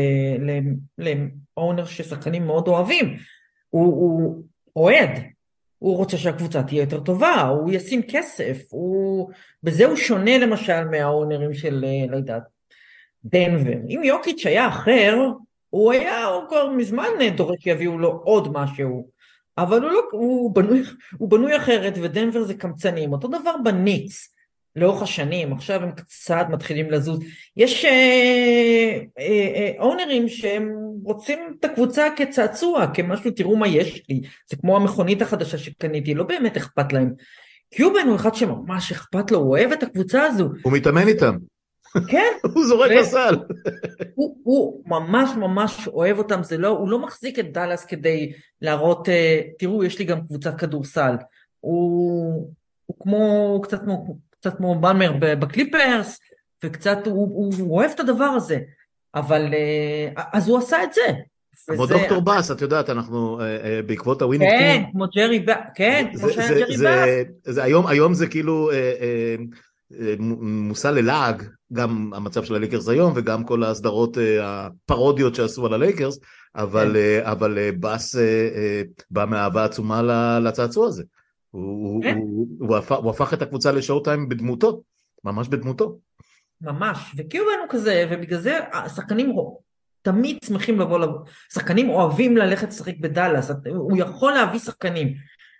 Speaker 2: לאונר ששחקנים מאוד אוהבים, הוא, הוא אוהד, הוא רוצה שהקבוצה תהיה יותר טובה, הוא ישים כסף, הוא... בזה הוא שונה למשל מהאונרים של, לא יודעת, דנבר. אם יוקיץ' היה אחר, הוא היה הוא כבר מזמן דורש שיביאו לו עוד משהו, אבל הוא, לא, הוא, בנוי, הוא בנוי אחרת, ודנבר זה קמצנים. אותו דבר בניקס, לאורך השנים, עכשיו הם קצת מתחילים לזוז. יש אה, אה, אה, אונרים שהם רוצים את הקבוצה כצעצוע, כמשהו, תראו מה יש לי. זה כמו המכונית החדשה שקניתי, לא באמת אכפת להם. קיובן הוא אחד שממש אכפת לו, הוא אוהב את הקבוצה הזו.
Speaker 1: הוא מתאמן איתם.
Speaker 2: כן.
Speaker 1: הוא זורק לסל.
Speaker 2: הוא, הוא ממש ממש אוהב אותם, זה לא, הוא לא מחזיק את דלס כדי להראות, תראו, יש לי גם קבוצת כדורסל. הוא, הוא כמו, הוא קצת כמו, קצת כמו בלמר בקליפרס, וקצת, הוא, הוא, הוא אוהב את הדבר הזה. אבל, אז הוא עשה את זה.
Speaker 1: כמו
Speaker 2: וזה,
Speaker 1: דוקטור בס, את יודעת, אנחנו בעקבות הווינינג טים.
Speaker 2: כן, כמו ג'רי בס, כן, כמו שהיה ג'רי בס.
Speaker 1: היום, היום זה כאילו מושא ללעג, גם המצב של הלייקרס היום, וגם כל הסדרות הפרודיות שעשו על הלייקרס, אבל, אבל בס בא מאהבה עצומה לצעצוע הזה. הוא, הוא, הוא, הפך, הוא הפך את הקבוצה לשואו טיים בדמותו, ממש בדמותו.
Speaker 2: ממש, וקיובן הוא כזה, ובגלל זה השחקנים תמיד שמחים לבוא, לבוא. שחקנים אוהבים ללכת לשחק בדלס, הוא יכול להביא שחקנים,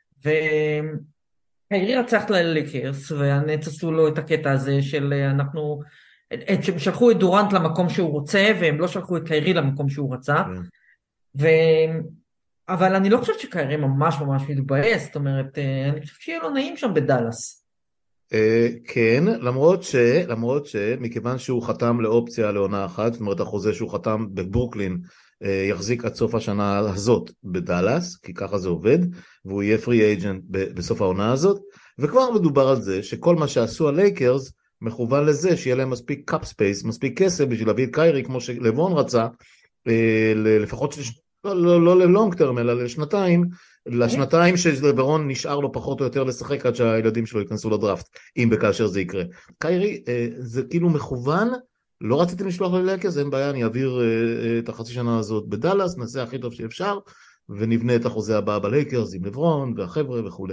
Speaker 2: וקיירי רצח לליקרס, והנץ עשו לו את הקטע הזה של אנחנו, שהם שלחו את דורנט למקום שהוא רוצה, והם לא שלחו את קיירי למקום שהוא רצה, ו... אבל אני לא חושבת שקיירי ממש ממש מתבאס, זאת אומרת, אני חושבת שיהיה לו נעים שם בדלס.
Speaker 1: כן, למרות ש, למרות שמכיוון שהוא חתם לאופציה לעונה אחת, זאת אומרת החוזה שהוא חתם בברוקלין יחזיק עד סוף השנה הזאת בדלס, כי ככה זה עובד, והוא יהיה פרי אייג'נט בסוף העונה הזאת, וכבר מדובר על זה שכל מה שעשו הלייקרס מכוון לזה שיהיה להם מספיק קאפ ספייס, מספיק כסף בשביל להביא את קיירי כמו שלבון רצה, לפחות לא, לא, לא ללונג טרם אלא לשנתיים, לשנתיים שלברון נשאר לו פחות או יותר לשחק עד שהילדים שלו ייכנסו לדראפט, אם וכאשר זה יקרה. קיירי, זה כאילו מכוון, לא רציתי לשלוח ללייקרס, אין בעיה, אני אעביר את החצי שנה הזאת בדלס, נעשה הכי טוב שאפשר, ונבנה את החוזה הבא בלייקרס עם לברון והחבר'ה וכו'.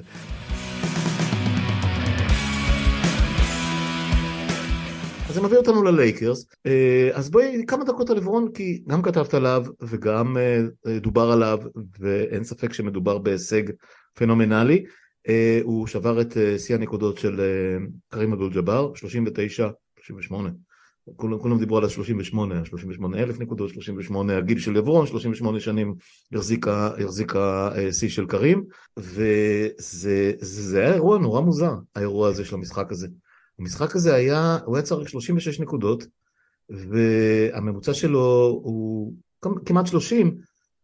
Speaker 1: אז זה מביא אותנו ללייקרס, אז בואי כמה דקות על לברון, כי גם כתבת עליו וגם דובר עליו, ואין ספק שמדובר בהישג פנומנלי. הוא שבר את שיא הנקודות של קרים אבדול ג'אבר, שלושים ותשע שלושים ושמונה. כולם, כולם דיברו על ה-שלושים ושמונה, שלושים ושמונה אלף נקודות, שלושים ושמונה הגיל של לברון, שלושים ושמונה שנים יחזיקה, יחזיקה שיא של קרים, וזה זה היה אירוע נורא מוזר, האירוע הזה של המשחק הזה. המשחק הזה היה, הוא היה צריך שלושים ושש נקודות, והממוצע שלו הוא כמעט שלושים,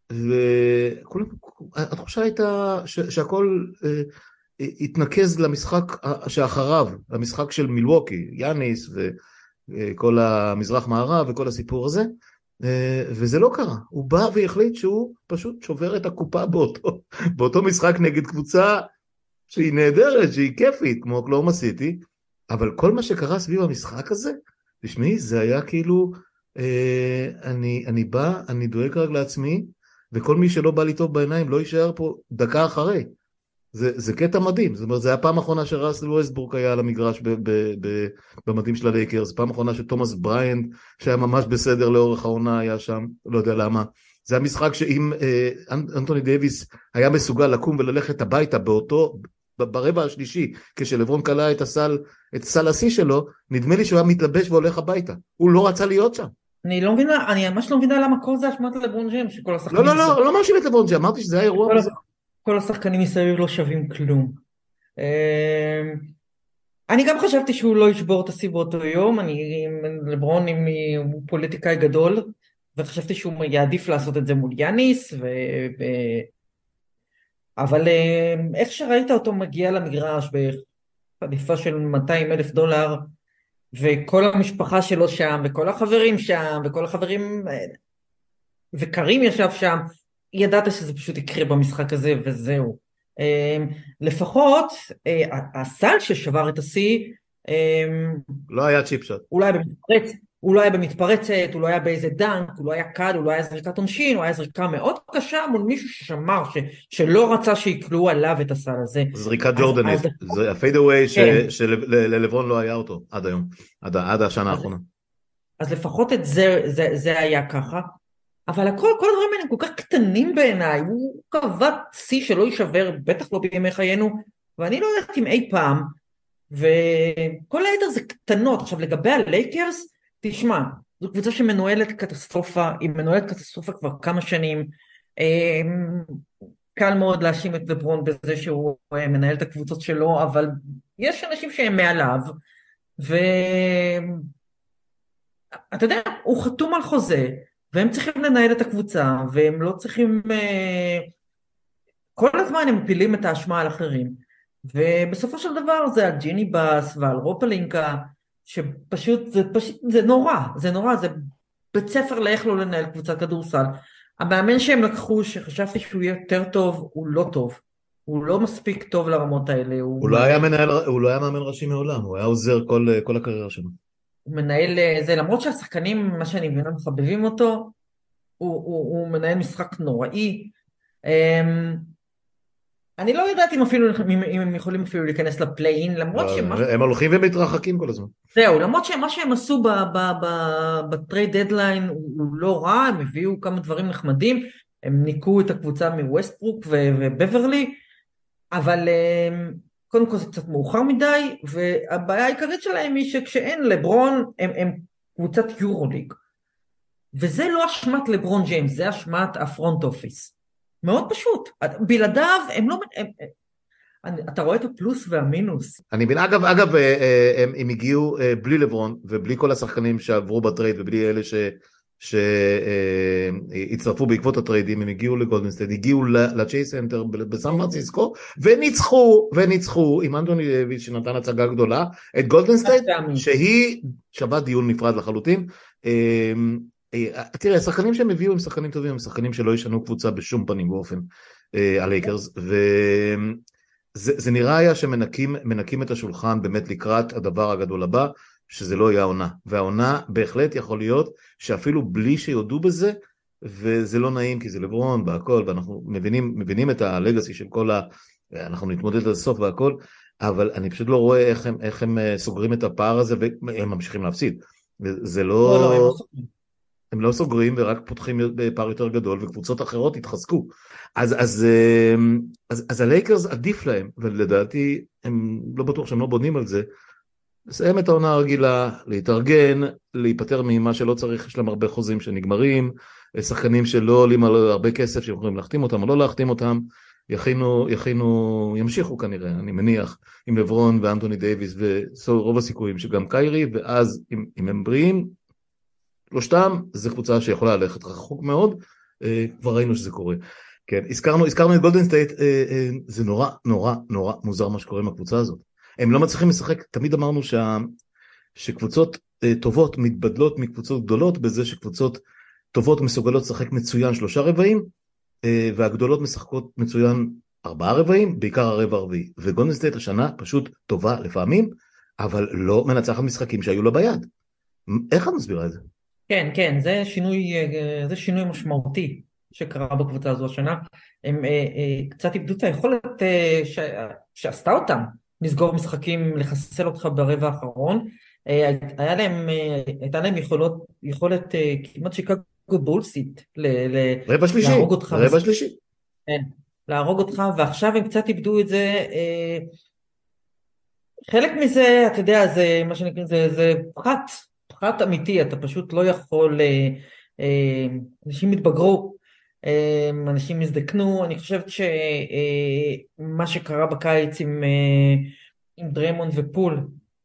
Speaker 1: והתחושה הייתה שהכל התנקז למשחק שאחריו, למשחק של מילווקי, יאניס וכל המזרח מערב וכל הסיפור הזה, וזה לא קרה. הוא בא והחליט שהוא פשוט שובר את הקופה באותו, באותו משחק נגד קבוצה שהיא נהדרת, שהיא כיפית, כמו אוקלהומה סיטי, אבל כל מה שקרה סביב המשחק הזה, תשמעי, זה היה כאילו, אה, אני, אני בא, אני דואג רק לעצמי, וכל מי שלא בא לי טוב בעיניים לא יישאר פה דקה אחרי. זה, זה קטע מדהים, זאת אומרת, זה היה פעם אחרונה שראסל ווסטברוק היה על המגרש ב, ב, ב, במדים של הלייקרס, פעם אחרונה שתומאס בריינד, שהיה ממש בסדר לאורך העונה, היה שם, לא יודע למה. זה היה משחק שאם אה, אנטוני דייביס היה מסוגל לקום וללכת הביתה באותו, ברבע השלישי, כשלברון קלה את הסל, את סל השיא שלו, נדמה לי שהוא היה מתלבש והולך הביתה. הוא לא רצה להיות שם.
Speaker 2: אני לא מבינה, אני ממש לא מבינה למה כל זה אשמת לברון ג'יימס, שכל השחקנים...
Speaker 1: לא, לא, לא, לא מאשים את לברון ג'יימס, אמרתי שזה היה אירוע מוזר.
Speaker 2: כל השחקנים מסביב לא שווים כלום. אני גם חשבתי שהוא לא ישבור את השיא באותו יום, אני, לברון הוא פוליטיקאי גדול, וחשבתי שהוא יעדיף לעשות את זה מול יאניס, ו... אבל איך שראית אותו מגיע למגרש בחליפה של מאתיים אלף דולר, וכל המשפחה שלו שם, וכל החברים שם, וכל החברים, וקרים ישב שם, ידעת שזה פשוט יקרה במשחק הזה, וזהו. לפחות, הסל ששבר את השיא,
Speaker 1: לא היה צ'יפ שוט.
Speaker 2: אולי במתפרץ, הוא לא היה במתפרצת, הוא לא היה באיזה דנק, הוא לא היה קד, הוא לא היה זריקת עונשין, הוא היה זריקה מאוד קשה מול מישהו ששמר, ש, שלא רצה שיקלו עליו את הסל הזה.
Speaker 1: זריקת
Speaker 2: אז,
Speaker 1: ג'ורדנית,
Speaker 2: אז,
Speaker 1: זה הפיידאווי
Speaker 2: כן.
Speaker 1: שללברון לא היה אותו עד היום, עד, עד השנה
Speaker 2: אז,
Speaker 1: האחרונה.
Speaker 2: אז לפחות את זה, זה, זה היה ככה. אבל הכל, כל הדברים האלה הם כל כך קטנים בעיניי, הוא קבע שיא שלא יישבר, בטח לא בימי חיינו, ואני לא יודעת אם אי פעם, וכל היתר זה קטנות. עכשיו לגבי הלייקרס, תשמע, זו קבוצה שמנוהלת קטסטרופה, היא מנוהלת קטסטרופה כבר כמה שנים, קל מאוד להאשים את לברון בזה שהוא מנהל את הקבוצות שלו, אבל יש אנשים שהם מעליו, ואתה יודע, הוא חתום על חוזה, והם צריכים לנהל את הקבוצה, והם לא צריכים, כל הזמן הם מפילים את האשמה על אחרים, ובסופו של דבר זה על ג'יני בס ועל רופלינקה, שפשוט, זה פשוט, זה נורא, זה נורא, זה בית ספר לאיך לא לנהל קבוצת כדורסל. המאמן שהם לקחו, שחשבתי שהוא יהיה יותר טוב, הוא לא טוב. הוא לא מספיק טוב לרמות האלה. הוא,
Speaker 1: הוא לא היה מנהל, הוא לא היה מאמן ראשי מעולם, הוא היה עוזר כל, כל הקריירה שלו.
Speaker 2: הוא מנהל זה, למרות שהשחקנים, מה שאני מבינה, מחבבים אותו, הוא, הוא, הוא מנהל משחק נוראי. אני לא יודעת אם אפילו, אם הם יכולים אפילו להיכנס לפליין, למרות שמה...
Speaker 1: הם הולכים ומתרחקים כל הזמן.
Speaker 2: זהו, למרות שמה שהם עשו בטרייד דדליין הוא לא רע, הם הביאו כמה דברים נחמדים, הם ניקו את הקבוצה מווסטברוק ובברלי, אבל קודם כל זה קצת מאוחר מדי, והבעיה העיקרית שלהם היא שכשאין לברון, הם, הם קבוצת יורוליג, וזה לא אשמת לברון ג'יימס, זה אשמת הפרונט אופיס. מאוד פשוט, בלעדיו הם לא... הם, אתה רואה את הפלוס והמינוס.
Speaker 1: אני מבין, אגב, אגב, הם, הם הגיעו בלי לברון, ובלי כל השחקנים שעברו בטרייד, ובלי אלה שהצטרפו בעקבות הטריידים, הם הגיעו לגולדן סטייט, הגיעו לצ'ייס סנטר בסן פרנסיסקו, וניצחו, וניצחו, עם אנטוני דייוויס שנתן הצגה גדולה, את גולדן סטייט, שהיא שווה דיון נפרד לחלוטין. תראה, השחקנים שהם הביאו הם שחקנים טובים, הם שחקנים שלא ישנו קבוצה בשום פנים ואופן, הלייקרס, ו... זה, זה נראה היה שמנקים מנקים את השולחן באמת לקראת הדבר הגדול הבא, שזה לא יהיה העונה. והעונה בהחלט יכול להיות שאפילו בלי שיודעו בזה, וזה לא נעים כי זה לברון והכל, ואנחנו מבינים, מבינים את הלגאסי של כל ה... אנחנו נתמודד עד הסוף והכל, אבל אני פשוט לא רואה איך הם, איך הם סוגרים את הפער הזה, והם ממשיכים להפסיד. זה לא...
Speaker 2: לא, לא, הם לא סוגרים.
Speaker 1: הם לא סוגרים ורק פותחים פער יותר גדול, וקבוצות אחרות התחזקו. אז, אז, אז, אז הלייקרס עדיף להם, ולדעתי, הם לא בטוח שהם לא בונים על זה, לסיים את העונה הרגילה, להתארגן, להיפטר ממה שלא צריך, יש להם הרבה חוזים שנגמרים, שחקנים שלא עולים על הרבה כסף, שיכולים להחתים אותם או לא להחתים אותם, יכינו, יכינו, ימשיכו כנראה, אני מניח, עם לברון ואנטוני דייוויס, ורוב הסיכויים שגם קיירי, ואז אם, אם הם בריאים, שלושתם, זו קבוצה שיכולה ללכת רחוק מאוד, כבר ראינו שזה קורה. כן, הזכרנו, הזכרנו את גולדן סטייט, זה נורא, נורא, נורא מוזר מה שקורה עם הקבוצה הזאת. הם לא מצליחים לשחק, תמיד אמרנו שה, שקבוצות טובות מתבדלות מקבוצות גדולות, בזה שקבוצות טובות מסוגלות לשחק מצוין שלושה רבעים, והגדולות משחקות מצוין ארבעה רבעים, בעיקר הרבע הרביעי. וגולדן סטייט השנה פשוט טובה לפעמים, אבל לא מנצחת משחקים שהיו לה ביד. איך את מסבירה את זה?
Speaker 2: כן, כן, זה שינוי, זה שינוי משמעותי שקרה בקבוצה הזו השנה. הם אה, אה, קצת איבדו את היכולת אה, ש... שעשתה אותם, לסגור משחקים, לחסל אותך ברבע האחרון. אה, היה להם, אה, הייתה להם יכולות, יכולת אה, כמעט שיקגו בולסיט, ל... ל...
Speaker 1: רבע שלישי,
Speaker 2: להרוג אותך.
Speaker 1: רבע בס... שלישי.
Speaker 2: כן, להרוג אותך, ועכשיו הם קצת איבדו את זה. אה, חלק מזה, אתה יודע, זה מה שנקרא, זה, זה פחת. פחת אמיתי, אתה פשוט לא יכול, אנשים מתבגרו, אנשים מזדקנו. אני חושבת שמה שקרה בקיץ עם, עם דריימונד ופול,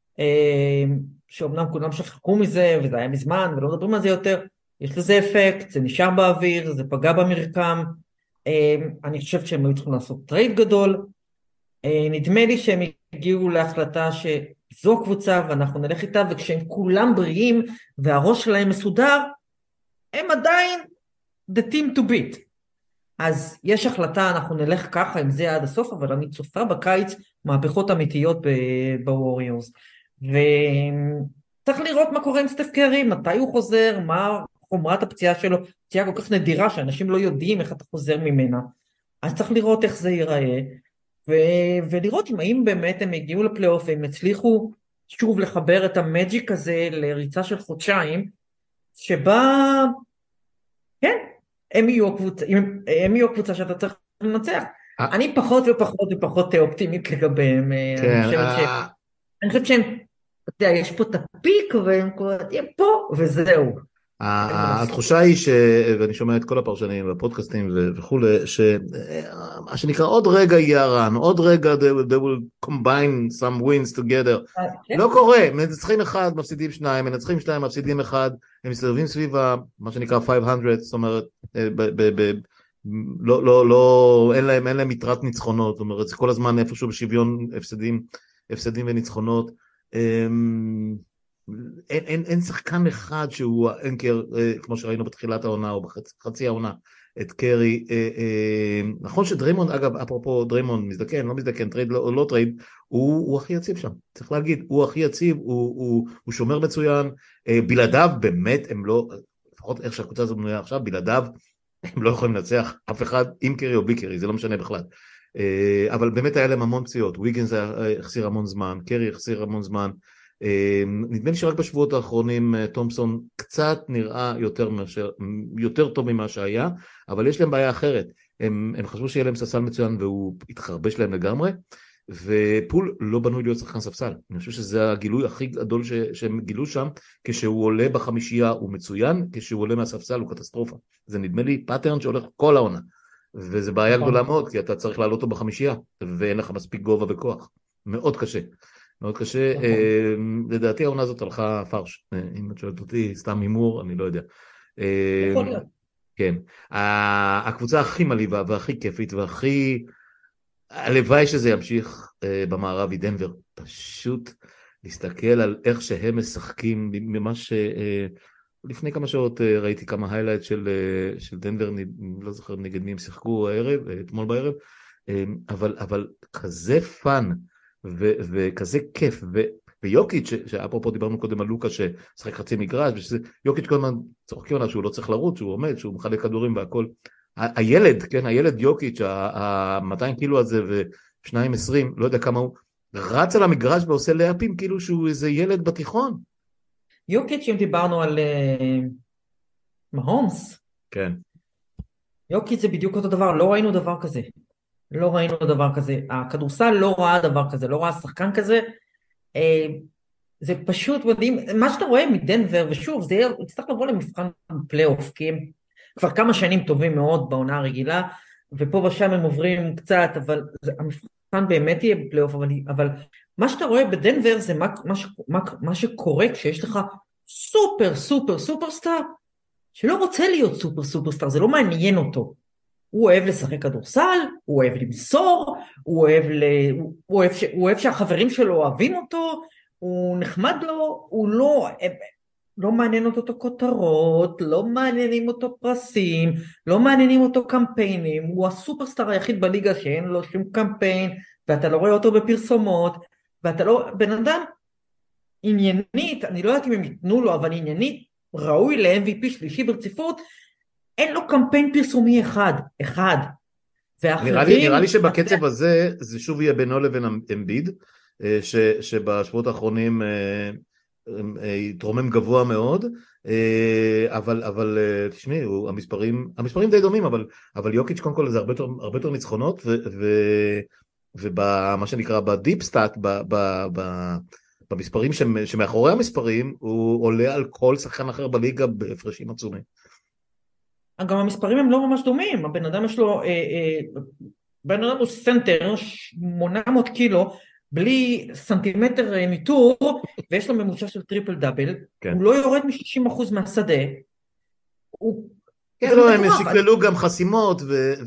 Speaker 2: שאומנם כולם שחקו מזה, וזה היה מזמן, ולא מדברים על זה יותר, יש לזה אפקט, זה נשאר באוויר, זה פגע במרקם. אני חושבת שהם היו צריכים לעשות טרייד גדול, נדמה לי שהם הגיעו להחלטה ש... זו הקבוצה ואנחנו נלך איתה, וכשהם כולם בריאים והראש שלהם מסודר, הם עדיין the team to beat. אז יש החלטה, אנחנו נלך ככה עם זה עד הסוף, אבל אני צופה בקיץ מהפכות אמיתיות בווריורס. צריך לראות מה קורה עם סטף קרי, מתי הוא חוזר, מה חומרת הפציעה שלו, פציעה כל כך נדירה שאנשים לא יודעים איך אתה חוזר ממנה, אז צריך לראות איך זה ייראה, ו- ולראות אם האם באמת הם הגיעו לפלייאוף, והם הצליחו שוב לחבר את המג'יק הזה לריצה של חודשיים, שבה, כן, הם יהיו הקבוצה, הם, הם יהיו הקבוצה שאתה צריך לנצח. אני פחות ופחות ופחות אופטימית לגביהם, אני חושבת ש... אני חושבת שהם, אתה יודע, יש פה את הפיק, והם קוראים פה, וזהו.
Speaker 1: התחושה היא ש... ואני שומע את כל הפרשנים והפודקאסטים וכו', שמה שנקרא עוד רגע יהיה הרן, עוד רגע they will combine some wins together. לא קורה, מנצחים אחד, מפסידים שניים, מנצחים שניים, מפסידים אחד, הם מסתובבים סביב מה שנקרא חמש מאות, זאת אומרת, לא, לא, לא, אין להם, אין להם יתרת ניצחונות, זאת אומרת, זה כל הזמן איפשהו בשוויון הפסדים, הפסדים וניצחונות. אין, אין, אין שחקן אחד שהוא האנקר, כמו שראינו בתחילת העונה או בחצי העונה, את קרי. נכון שדריימונד, אגב, אפרופו דריימונד, מזדקן, לא מזדקן, טרייד או לא טרייד, הוא, הוא הכי יציב שם, צריך להגיד, הוא הכי יציב, הוא, הוא, הוא שומר מצוין, בלעדיו באמת הם לא, לפחות איך שהקבוצה הזו בנויה עכשיו, בלעדיו הם לא יכולים לנצח אף אחד עם קרי או בי קרי, זה לא משנה בכלל. אבל באמת היה להם המון פציעות, ויגנס החסיר המון זמן, קרי החסיר המון זמן, נדמה לי שרק בשבועות האחרונים תומפסון קצת נראה יותר, מאשר, יותר טוב ממה שהיה, אבל יש להם בעיה אחרת, הם, הם חשבו שיהיה להם ספסל מצוין והוא התחרבש להם לגמרי, ופול לא בנוי להיות שחקן ספסל. אני חושב שזה הגילוי הכי גדול ש, שהם גילו שם, כשהוא עולה בחמישייה הוא מצוין, כשהוא עולה מהספסל הוא קטסטרופה. זה נדמה לי פאטרן שהולך כל העונה, וזה בעיה גדולה מאוד, כי אתה צריך לעלות אותו בחמישייה, ואין לך מספיק גובה וכוח. מאוד קשה. מאוד קשה. לדעתי העונה הזאת הלכה פרש. אם את שואלת אותי, סתם הימור, אני לא יודע.
Speaker 2: יכול להיות.
Speaker 1: כן. הקבוצה הכי מלאיבה והכי כיפית והכי... הלוואי שזה ימשיך במערב היא דנבר. פשוט להסתכל על איך שהם משחקים, ממש... לפני כמה שעות ראיתי כמה היילייט של, של דנבר, אני לא זוכר נגד מי הם שיחקו הערב, אתמול בערב, אבל, אבל כזה פן ו, וכזה כיף, ו, ויוקיץ', שאפרופו דיברנו קודם על לוקה ששחק חצי מגרש, ויוקיץ' כל הזמן צוחקים עליו שהוא לא צריך לרוץ, שהוא עומד, שהוא מחלק כדורים והכל. ה- הילד, כן, הילד יוקיץ', ה-מאתיים קילו הזה ו-שתיים עשרים, לא יודע כמה הוא, רץ על המגרש ועושה לאפים כאילו שהוא איזה ילד בתיכון.
Speaker 2: יוקיץ', אם דיברנו על מהומס,
Speaker 1: כן.
Speaker 2: יוקיץ' זה בדיוק אותו דבר, לא ראינו דבר כזה. לא ראינו דבר כזה. הכדורסל לא ראה דבר כזה, לא ראה שחקן כזה. זה פשוט מדהים. מה שאתה רואה מדנבר, ושוב, זה יצטרך לבוא למבחן פלייאוף, כי הם כבר כמה שנים טובים מאוד בעונה הרגילה, ופה ושם הם עוברים קצת, אבל המבחן באמת יהיה בפלייאוף, אבל, אבל מה שאתה רואה בדנבר זה מה, מה, מה, מה שקורה כשיש לך סופר סופר סופרסטאר, שלא רוצה להיות סופר סופרסטאר, זה לא מעניין אותו. הוא אוהב לשחק כדורסל, הוא אוהב למסור, הוא אוהב, ל... הוא אוהב, ש... הוא אוהב שהחברים שלו אוהבים אותו, הוא נחמד לו, הוא לא, לא מעניין אותו את הכותרות, לא מעניינים אותו פרסים, לא מעניינים אותו קמפיינים, הוא הסופרסטאר היחיד בליגה שאין לו שום קמפיין, ואתה לא רואה אותו בפרסומות, ואתה לא, בן אדם עניינית, אני לא יודעת אם הם ייתנו לו, אבל עניינית, ראוי ל-אם וי פי שלישי ברציפות, אין לו קמפיין פרסומי אחד, אחד.
Speaker 1: נראה לי, נראה לי שבקצב הזה, זה שוב יהיה בינו לבין אמביד, ש, שבשבועות האחרונים יתרומם גבוה מאוד, אבל, אבל תשמעי, המספרים, המספרים די דומים, אבל, אבל יוקיץ' קודם כל זה הרבה יותר, הרבה יותר ניצחונות, ו, ו, ובמה שנקרא בדיפ סטאט, ב, ב, ב, במספרים שמאחורי המספרים, הוא עולה על כל שחקן אחר בליגה בהפרשים עצומים.
Speaker 2: גם המספרים הם לא ממש דומים, הבן אדם יש לו, אה, אה, בן אדם הוא סנטר, שמונה מאות קילו, בלי סנטימטר ניטור, ויש לו ממוצע של טריפל דאבל, כן. הוא לא יורד מ-שישים אחוז מהשדה, הוא...
Speaker 1: כן, לא, הם שקללו גם חסימות,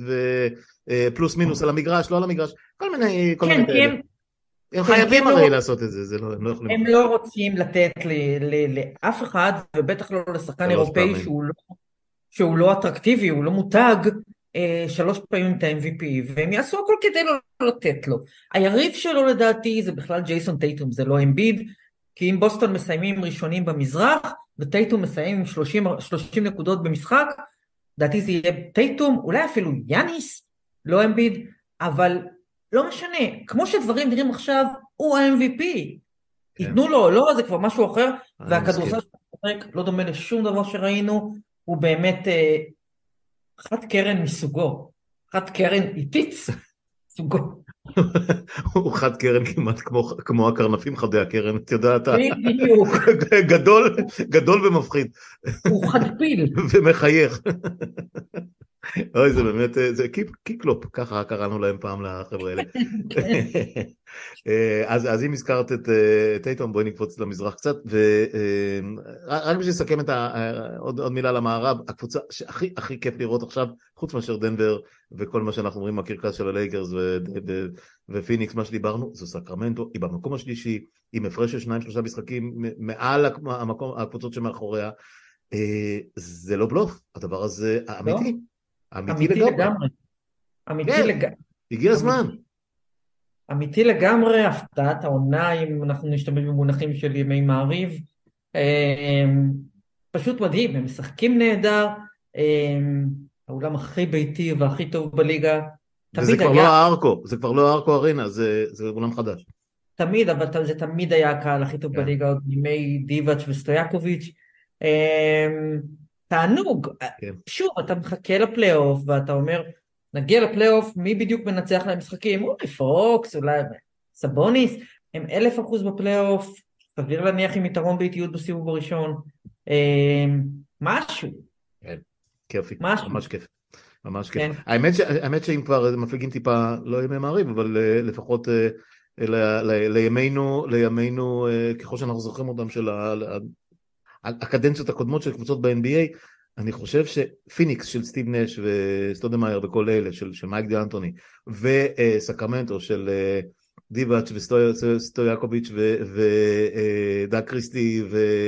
Speaker 1: ופלוס מינוס על המגרש, לא על המגרש, כל מיני... כל
Speaker 2: כן,
Speaker 1: מיני
Speaker 2: כי הם...
Speaker 1: הם חייבים הרי לעשות את זה, זה לא, הם לא יכולים...
Speaker 2: הם לא רוצים לתת לאף אחד, ובטח לא לשחקן אירופאי שהוא לא... שהוא לא אטרקטיבי, הוא לא מותג, אה, שלוש פעמים את ה-אם וי פי, והם יעשו הכל כדי לא לתת לו. היריב שלו לדעתי זה בכלל ג'ייסון טייטום, זה לא אמביד, כי אם בוסטון מסיימים ראשונים במזרח, וטייטום מסיימים עם שלושים, שלושים נקודות במשחק, לדעתי זה יהיה טייטום, אולי אפילו יאניס, לא אמביד, אבל לא משנה, כמו שדברים נראים עכשיו, הוא ה-אם וי פי,
Speaker 1: כן.
Speaker 2: ייתנו לו או לא, זה כבר משהו אחר,
Speaker 1: אני
Speaker 2: והכדורסל
Speaker 1: מסכים.
Speaker 2: שלו לא דומה לשום דבר שראינו, הוא באמת אה, חד קרן מסוגו, חד קרן איטיץ סוגו.
Speaker 1: הוא חד קרן כמעט כמו, כמו הקרנפים חדי הקרן, את יודעת,
Speaker 2: בדיוק,
Speaker 1: גדול, גדול ומפחיד,
Speaker 2: הוא חד פיל.
Speaker 1: ומחייך. אוי, זה באמת, זה קיק, קיקלופ, ככה קראנו להם פעם לחבר'ה האלה.
Speaker 2: כן.
Speaker 1: אז, אז אם הזכרת את טייטום, בואי נקפוץ למזרח קצת, ורק בשביל לסכם את ה... עוד, עוד מילה למערב, הקבוצה שהכי הכי כיף לראות עכשיו, חוץ מאשר דנבר, וכל מה שאנחנו אומרים מהקרקס של הלייקרס ו... ו... ופיניקס, מה שדיברנו, זו סקרמנטו, היא במקום השלישי, עם הפרש של שניים שלושה משחקים, מעל המקום, הקבוצות שמאחוריה, זה לא בלוף, הדבר הזה אמיתי.
Speaker 2: אמיתי לגמרי. אמיתי לגמרי.
Speaker 1: הגיע הזמן.
Speaker 2: אמיתי לגמרי, הפתעת העונה, אם אנחנו נשתמש במונחים של ימי מעריב. פשוט מדהים, הם משחקים נהדר, העולם הכי ביתי והכי טוב בליגה.
Speaker 1: וזה כבר לא הארקו, זה כבר לא הארקו ארינה, זה עולם חדש.
Speaker 2: תמיד, אבל זה תמיד היה הקהל הכי טוב בליגה, עוד ימי דיבאץ' וסטויאקוביץ'. תענוג, כן. שוב, אתה מחכה לפלייאוף, ואתה אומר, נגיע לפלייאוף, מי בדיוק מנצח להם משחקים? אולי פוקס, אולי סבוניס, הם אלף אחוז בפלייאוף, סביר להניח עם יתרון באיטיות בסיבוב הראשון, משהו.
Speaker 1: כן, כיפי,
Speaker 2: משהו.
Speaker 1: ממש כיף. ממש כיף. כן. האמת, ש... האמת שאם כבר מפליגים טיפה, לא ימי מעריב, אבל לפחות ל... ל... לימינו, לימינו, ככל שאנחנו זוכרים אותם של ה... הקדנציות הקודמות של קבוצות ב-אן בי איי, אני חושב שפיניקס של סטיב נש וסטודמאייר וכל אלה, של, של מייק די אנטוני, וסקרמנטו של דיבאץ' וסטויאקוביץ' ודאג קריסטי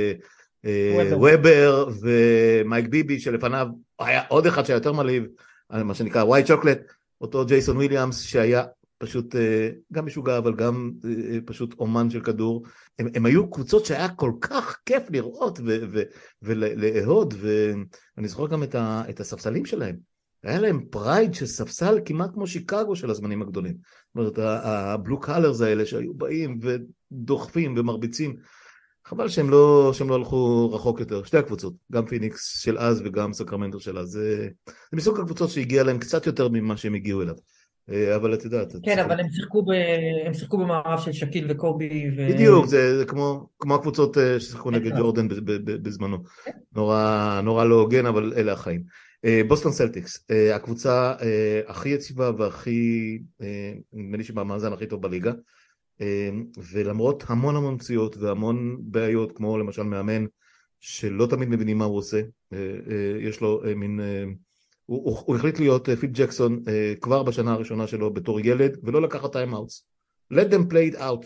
Speaker 1: וובר ומייק ביבי שלפניו, היה עוד אחד שהיה יותר מלהיב, מה שנקרא ווייט צ'וקלט, אותו ג'ייסון וויליאמס שהיה פשוט גם משוגע, אבל גם פשוט אומן של כדור. הם, הם היו קבוצות שהיה כל כך כיף לראות ולאהוד, ואני זוכר גם את, ה, את הספסלים שלהם. היה להם פרייד של ספסל כמעט כמו שיקגו של הזמנים הגדולים. זאת אומרת, הבלו קלרס האלה שהיו באים ודוחפים ומרביצים. חבל שהם לא, שהם לא הלכו רחוק יותר. שתי הקבוצות, גם פיניקס של אז וגם סקרמנטו של אז. זה, זה מסוג הקבוצות שהגיע להם קצת יותר ממה שהם הגיעו אליו. אבל את יודעת.
Speaker 2: כן, אבל הם שיחקו, ב... הם שיחקו במערב של שקיל וקובי. ו...
Speaker 1: בדיוק, זה, זה כמו, כמו הקבוצות ששיחקו נגד ג'ורדן בזמנו. נורא, נורא לא הוגן, אבל אלה החיים. בוסטון סלטיקס, הקבוצה הכי יציבה והכי, נדמה לי שבמאזן הכי טוב בליגה, ולמרות המון המון פציעות והמון בעיות, כמו למשל מאמן, שלא תמיד מבינים מה הוא עושה, יש לו מין... הוא, הוא, הוא החליט להיות פיל ג'קסון uh, כבר בשנה הראשונה שלו בתור ילד, ולא לקחת טיים-אוטס. Let them play it out.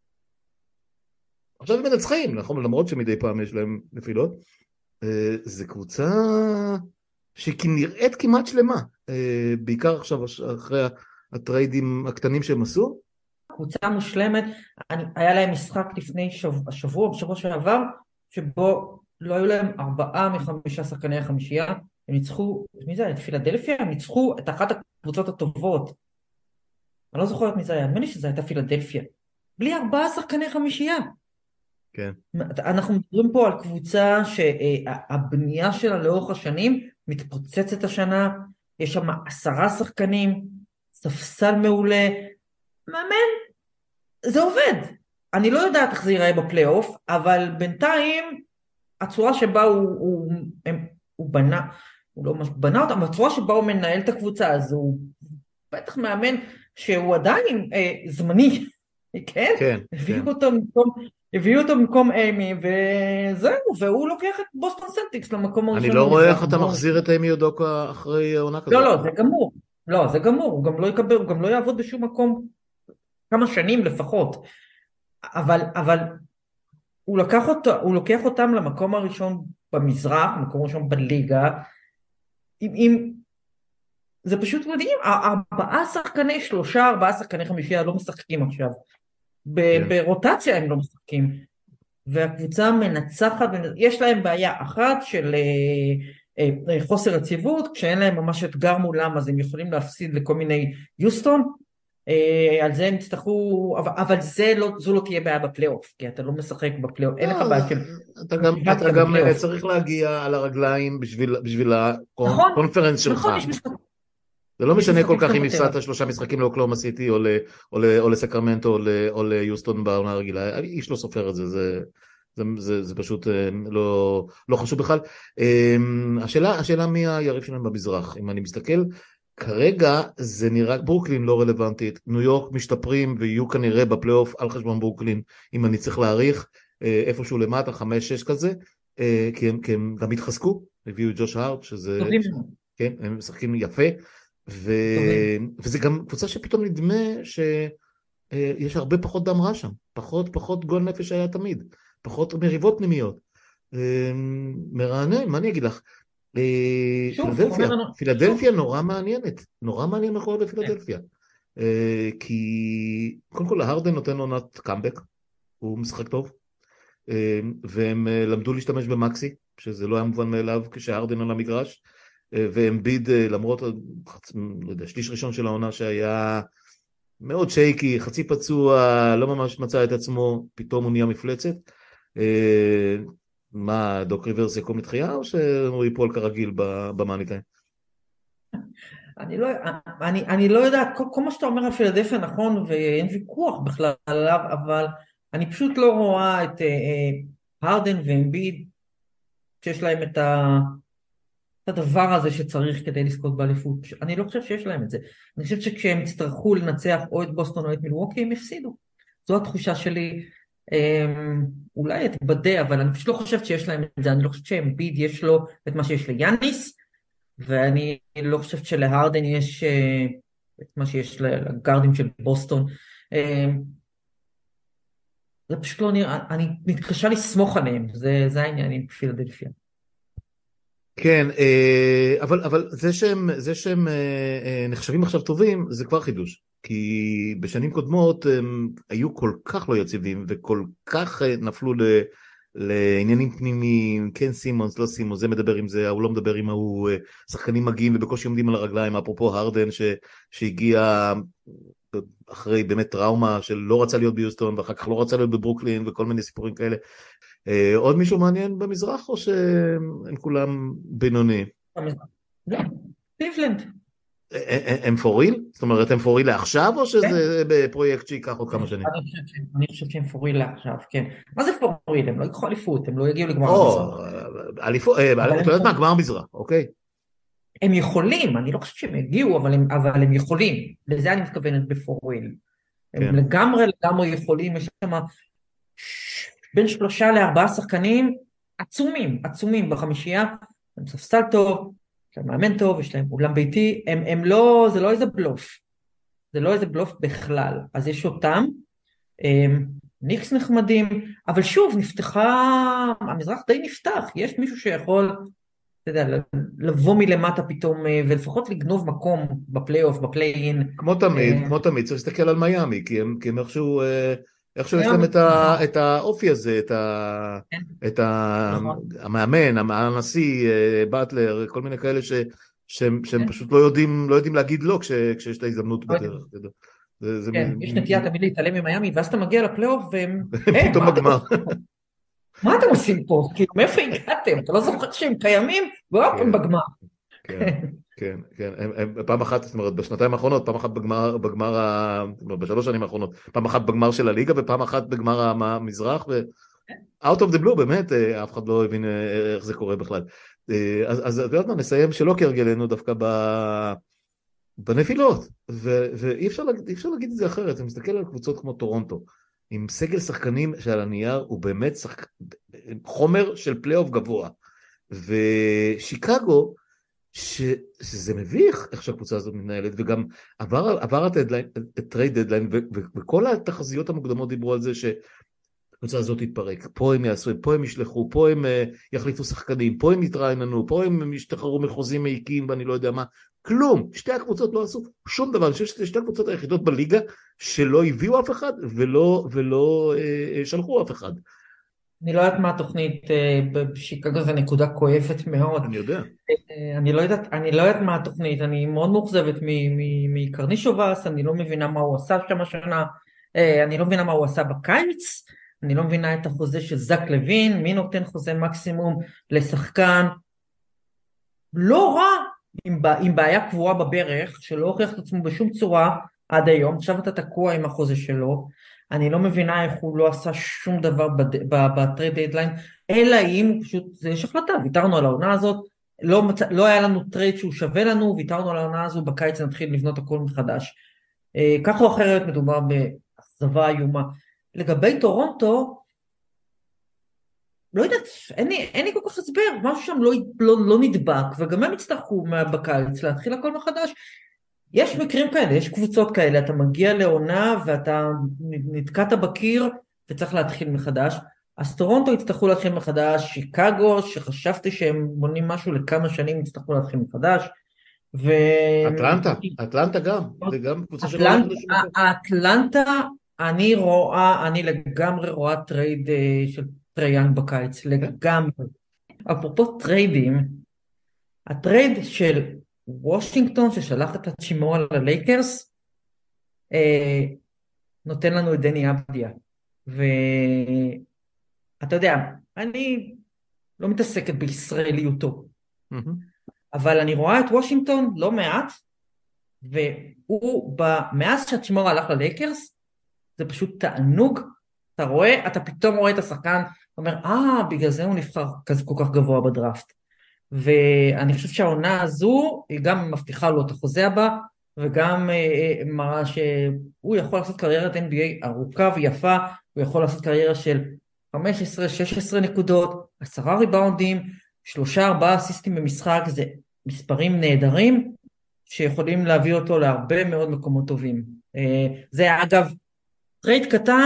Speaker 1: עכשיו הם מנצחים, נכון? למרות שמדי פעם יש להם נפילות. Uh, זה קבוצה שנראית כמעט שלמה, uh, בעיקר עכשיו אחרי הטריידים הקטנים שהם עשו.
Speaker 2: קבוצה מושלמת, אני, היה להם משחק לפני שבוע, השבוע, בשבוע שעבר, שבו לא היו להם ארבעה מחמישה שחקני החמישייה, הם ניצחו, מי זה היה? את פילדלפיה? הם ניצחו את אחת הקבוצות הטובות. אני לא זוכרת מי זה היה, נדמה לי שזה הייתה פילדלפיה. בלי ארבעה שחקני חמישייה.
Speaker 1: כן.
Speaker 2: אנחנו מדברים פה על קבוצה שהבנייה שלה לאורך השנים מתפוצצת השנה, יש שם עשרה שחקנים, ספסל מעולה, מאמן, זה עובד. אני לא יודעת איך זה ייראה בפלייאוף, אבל בינתיים הצורה שבה הוא, הוא, הם, הוא בנה, הוא לא בנה אותה, אבל הצורה שבה הוא מנהל את הקבוצה הזו, הוא בטח מאמן שהוא עדיין אה, זמני, כן?
Speaker 1: כן,
Speaker 2: הביאו
Speaker 1: כן.
Speaker 2: אותו במקום, הביאו אותו במקום אימי, וזהו, והוא לוקח את בוסטון סלטיקס למקום הראשון.
Speaker 1: אני לא רואה איך אתה מחזיר את אימי יודוקה אחרי העונה כזאת.
Speaker 2: לא, לא, זה גמור. לא, זה גמור, הוא גם לא יקבל, הוא גם לא יעבוד בשום מקום כמה שנים לפחות. אבל, אבל הוא לקח אותו, הוא לוקח אותם למקום הראשון במזרח, מקום ראשון בליגה, עם, עם, זה פשוט מדהים, ארבעה שחקני שלושה, ארבעה שחקני חמישייה לא משחקים עכשיו, ב,
Speaker 1: כן.
Speaker 2: ברוטציה הם לא משחקים, והקבוצה מנצחת, יש להם בעיה אחת של אה, אה, חוסר יציבות, כשאין להם ממש אתגר מולם, אז הם יכולים להפסיד לכל מיני יוסטון, אה, על זה הם יצטרכו, אבל, אבל זה לא, זו לא תהיה בעיה בפלייאוף, כי אתה לא משחק בפלייאוף, אין לך
Speaker 1: לא,
Speaker 2: בעיה של
Speaker 1: אתה גם, אתה
Speaker 2: מוטיבציה
Speaker 1: גם
Speaker 2: בפלייאוף.
Speaker 1: צריך להגיע על הרגליים בשביל, בשביל
Speaker 2: נכון,
Speaker 1: הקונפרנס שלך.
Speaker 2: נכון, יש משחק,
Speaker 1: זה לא
Speaker 2: יש
Speaker 1: משנה כל
Speaker 2: משחקים
Speaker 1: כך
Speaker 2: שאתה
Speaker 1: אם
Speaker 2: מוותר.
Speaker 1: הפסדת שלושה משחקים לאוקלאומה סיטי או, ל, או, ל, או לסקרמנטו או, ל, או ליוסטון בעונה הרגילה, איש לא סופר את זה, זה, זה, זה, זה פשוט לא, לא חשוב בכלל. השאלה, השאלה מי היריב שלהם במזרח, אם אני מסתכל, כרגע זה נראה, ברוקלין לא רלוונטית, ניו יורק משתפרים ויהיו כנראה בפלייאוף על חשבון ברוקלין, אם אני צריך להעריך, איפשהו למטה, חמש, שש כזה, כי הם, כי הם גם התחזקו, הביאו את ג'וש הארט, שזה, כן, הם משחקים יפה, ו... וזה גם קבוצה שפתאום נדמה שיש הרבה פחות דם רע שם, פחות פחות גול נפש היה תמיד, פחות מריבות פנימיות. מרענן, מה אני אגיד לך? פילדלפיה, פילדלפיה נורא מעניינת, נורא מעניין מה קורה בפילדלפיה. כי קודם כל ההרדן נותן עונת קאמבק, הוא משחק טוב, והם למדו להשתמש במקסי, שזה לא היה מובן מאליו כשההרדן על המגרש, ואמביד למרות, לא יודע, שליש ראשון של העונה שהיה מאוד שייקי, חצי פצוע, לא ממש מצא את עצמו, פתאום הוא נהיה מפלצת. מה, דוק ריברס יקום לתחייה, או שהוא ייפול כרגיל במאניטיים?
Speaker 2: אני לא, אני, אני לא יודע, כל, כל מה שאתה אומר על פילדלפיה נכון, ואין ויכוח בכלל עליו, אבל אני פשוט לא רואה את אה, הרדן ואמביד, שיש להם את ה... את הדבר הזה שצריך כדי לזכות באליפות. אני לא חושב שיש להם את זה. אני חושבת שכשהם יצטרכו לנצח או את בוסטון או את מילווקי, הם יפסידו. זו התחושה שלי. אולי אתבדה, אבל אני פשוט לא חושבת שיש להם את זה. אני לא חושבת שאמביד יש לו את מה שיש ליאניס, ואני לא חושבת שלהרדן יש את מה שיש לגארדים של בוסטון. זה פשוט לא נראה, אני מתקשה לסמוך עליהם. זה, זה העניין עם פילדלפיה.
Speaker 1: כן, אבל, אבל זה שהם, זה שהם נחשבים עכשיו טובים, זה כבר חידוש. כי בשנים קודמות הם היו כל כך לא יציבים, וכל כך נפלו ל, לעניינים פנימיים, כן סימונס, לא סימונס, זה מדבר עם זה, הוא לא מדבר עם ההוא, שחקנים מגיעים ובקושי עומדים על הרגליים, אפרופו הרדן ש, שהגיע אחרי באמת טראומה של לא רצה להיות ביוסטון, ואחר כך לא רצה להיות בברוקלין, וכל מיני סיפורים כאלה. עוד מישהו מעניין במזרח, או שהם כולם בינוני?
Speaker 2: קליבלנד.
Speaker 1: הם פוריל? זאת אומרת, הם פוריל לעכשיו, או שזה בפרויקט שיקח עוד כמה שנים?
Speaker 2: אני חושב שהם פוריל לעכשיו, כן. מה זה פוריל? הם לא יקחו אליפות, הם לא יגיעו לגמר המזרח.
Speaker 1: אליפות, אתה יודעת מה? גמר המזרח, אוקיי?
Speaker 2: הם יכולים, אני לא חושב שהם יגיעו, אבל הם יכולים. לזה אני מתכוונת בפוריל. הם לגמרי לגמרי יכולים, יש שם בין שלושה לארבעה שחקנים עצומים, עצומים בחמישייה, הם ספסל טוב, יש להם מאמן טוב, יש להם אולם ביתי, הם, הם לא, זה לא איזה בלוף, זה לא איזה בלוף בכלל, אז יש אותם, הם, ניקס נחמדים, אבל שוב, נפתחה, המזרח די נפתח, יש מישהו שיכול, אתה יודע, לבוא מלמטה פתאום, ולפחות לגנוב מקום בפלייאוף, בפליי-אין.
Speaker 1: כמו תמיד, כמו תמיד, צריך להסתכל על מיימי, כי הם, כי הם איכשהו... איכשהו יש להם את האופי הזה, את המאמן, הנשיא, באטלר, כל מיני כאלה שהם פשוט לא יודעים להגיד לא כשיש את ההזדמנות בדרך.
Speaker 2: כן, יש נטייה תמיד להתעלם ממיימי, ואז אתה מגיע לפלייאוף והם...
Speaker 1: פתאום בגמר.
Speaker 2: מה אתם עושים פה? מאיפה הגעתם? אתה לא זוכר שהם קיימים? ועוד פעם בגמר.
Speaker 1: כן. כן, כן, הם פעם אחת, זאת אומרת, בשנתיים האחרונות, פעם אחת בגמר, בגמר, בשלוש שנים האחרונות, פעם אחת בגמר של הליגה, ופעם אחת בגמר המזרח, ו... out of the blue, באמת, אף אחד לא הבין איך זה קורה בכלל. אז, אז את יודעת מה, נסיים שלא כהרגלנו דווקא ב... בנפילות, ו... ואי אפשר, אי אפשר להגיד את זה אחרת, אני מסתכל על קבוצות כמו טורונטו, עם סגל שחקנים שעל הנייר, הוא באמת שחק... חומר של פלייאוף גבוה, ושיקגו, ש, שזה מביך איך שהקבוצה הזאת מתנהלת, וגם עבר, עבר הטרייד דדליין, וכל התחזיות המוקדמות דיברו על זה שהקבוצה הזאת תתפרק, פה הם יעשו, פה הם ישלחו, פה הם יחליפו שחקנים, פה הם יתראיינו, פה הם ישתחררו מחוזים מעיקים ואני לא יודע מה, כלום, שתי הקבוצות לא עשו שום דבר, אני חושב שזה שתי הקבוצות היחידות בליגה שלא הביאו אף אחד ולא, ולא אה, שלחו אף אחד.
Speaker 2: אני לא יודעת מה התוכנית בשיקגו, זו נקודה כואבת מאוד.
Speaker 1: אני יודע.
Speaker 2: אני לא יודעת, אני לא יודעת מה התוכנית, אני מאוד מאוכזבת מקרנישובס, אני לא מבינה מה הוא עשה שם השנה, אני לא מבינה מה הוא עשה בקיץ, אני לא מבינה את החוזה של זק לוין, מי נותן חוזה מקסימום לשחקן לא רע, עם, עם בעיה קבועה בברך, שלא הוכיח את עצמו בשום צורה עד היום, עכשיו אתה תקוע עם החוזה שלו, אני לא מבינה איך הוא לא עשה שום דבר בטרייד דדליין, אלא אם פשוט, יש החלטה, ויתרנו על העונה הזאת, לא, מצ... לא היה לנו טרייד שהוא שווה לנו, ויתרנו על העונה הזו, בקיץ נתחיל לבנות הכל מחדש. אה, כך או אחרת מדובר באכזבה איומה. לגבי טורונטו, לא יודעת, אין לי, אין לי כל כך הסבר, משהו שם לא, לא, לא נדבק, וגם הם יצטרכו בקיץ להתחיל הכל מחדש. יש מקרים כאלה, יש קבוצות כאלה, אתה מגיע לעונה ואתה נתקעת בקיר וצריך להתחיל מחדש, אז טורונטו יצטרכו להתחיל מחדש, שיקגו, שחשבתי שהם בונים משהו לכמה שנים, יצטרכו להתחיל מחדש, ו...
Speaker 1: אטלנטה, אטלנטה גם, זה גם קבוצה שלא
Speaker 2: אטלנ...
Speaker 1: הולכת לשום מקום.
Speaker 2: אטלנטה, אני רואה, אני לגמרי רואה טרייד של טרייאנג בקיץ, לגמרי. אפרופו טריידים, הטרייד של וושינגטון ששלח את השימוע ללייקרס, אה, נותן לנו את דני אבדיה. ואתה יודע, אני לא מתעסקת בישראליותו, mm-hmm. אבל אני רואה את וושינגטון לא מעט, והוא, מאז שהשימוע הלך ללייקרס, זה פשוט תענוג, אתה רואה, אתה פתאום רואה את השחקן, אומר, אה, בגלל זה הוא נבחר כזה כל כך גבוה בדראפט. ואני חושב שהעונה הזו היא גם מבטיחה לו את החוזה הבא, וגם אה, מראה שהוא יכול לעשות קריירת אן בי איי ארוכה ויפה, הוא יכול לעשות קריירה של חמש עשרה שש עשרה נקודות, עשרה ריבאונדים, שלושה ארבעה אסיסטים במשחק, זה מספרים נהדרים, שיכולים להביא אותו להרבה מאוד מקומות טובים. אה, זה אגב טרייד קטן